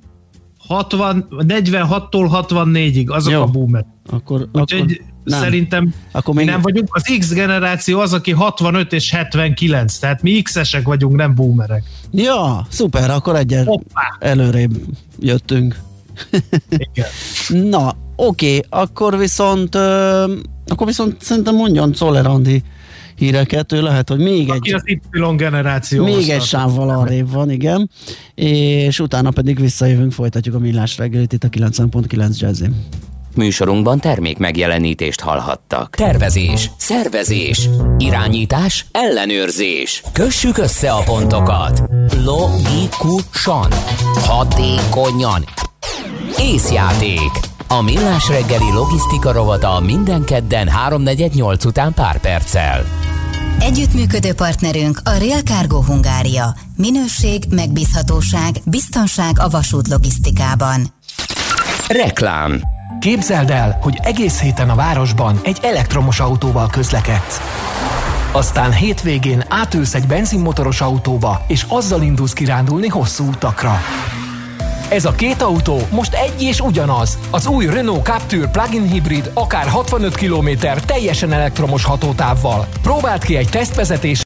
46-tól 64-ig, azok a boomer. Úgyhogy szerintem akkor mi nem vagyunk. Az X generáció az, aki 65 és 79, tehát mi X-esek vagyunk, nem boomerek. Ja, szuper, akkor előrébb jöttünk. Igen. Na, oké, akkor viszont szerintem mondjon Czoller Andi híreket, ő lehet, hogy még aki az Y generáció. Még egy sávval arrébb van, igen. És utána pedig visszajövünk, folytatjuk a Millás reggelit itt a 90.9 Jazzin. Műsorunkban termék megjelenítést hallhattak. Tervezés, szervezés, irányítás, ellenőrzés. Kössük össze a pontokat. Logikusan, hatékonyan. Észjáték. A Millás reggeli logisztika rovata minden kedden 3-4-8 után pár perccel. Együttműködő partnerünk a Rail Cargo Hungária. Minőség, megbízhatóság, biztonság a vasút logisztikában. Reklám. Képzeld el, hogy egész héten a városban egy elektromos autóval közlekedsz. Aztán hétvégén átülsz egy benzinmotoros autóba, és azzal indulsz kirándulni hosszú utakra. Ez a két autó most egy és ugyanaz. Az új Renault Captur plug-in hibrid akár 65 km teljesen elektromos hatótávval. Próbáld ki egy tesztvezetés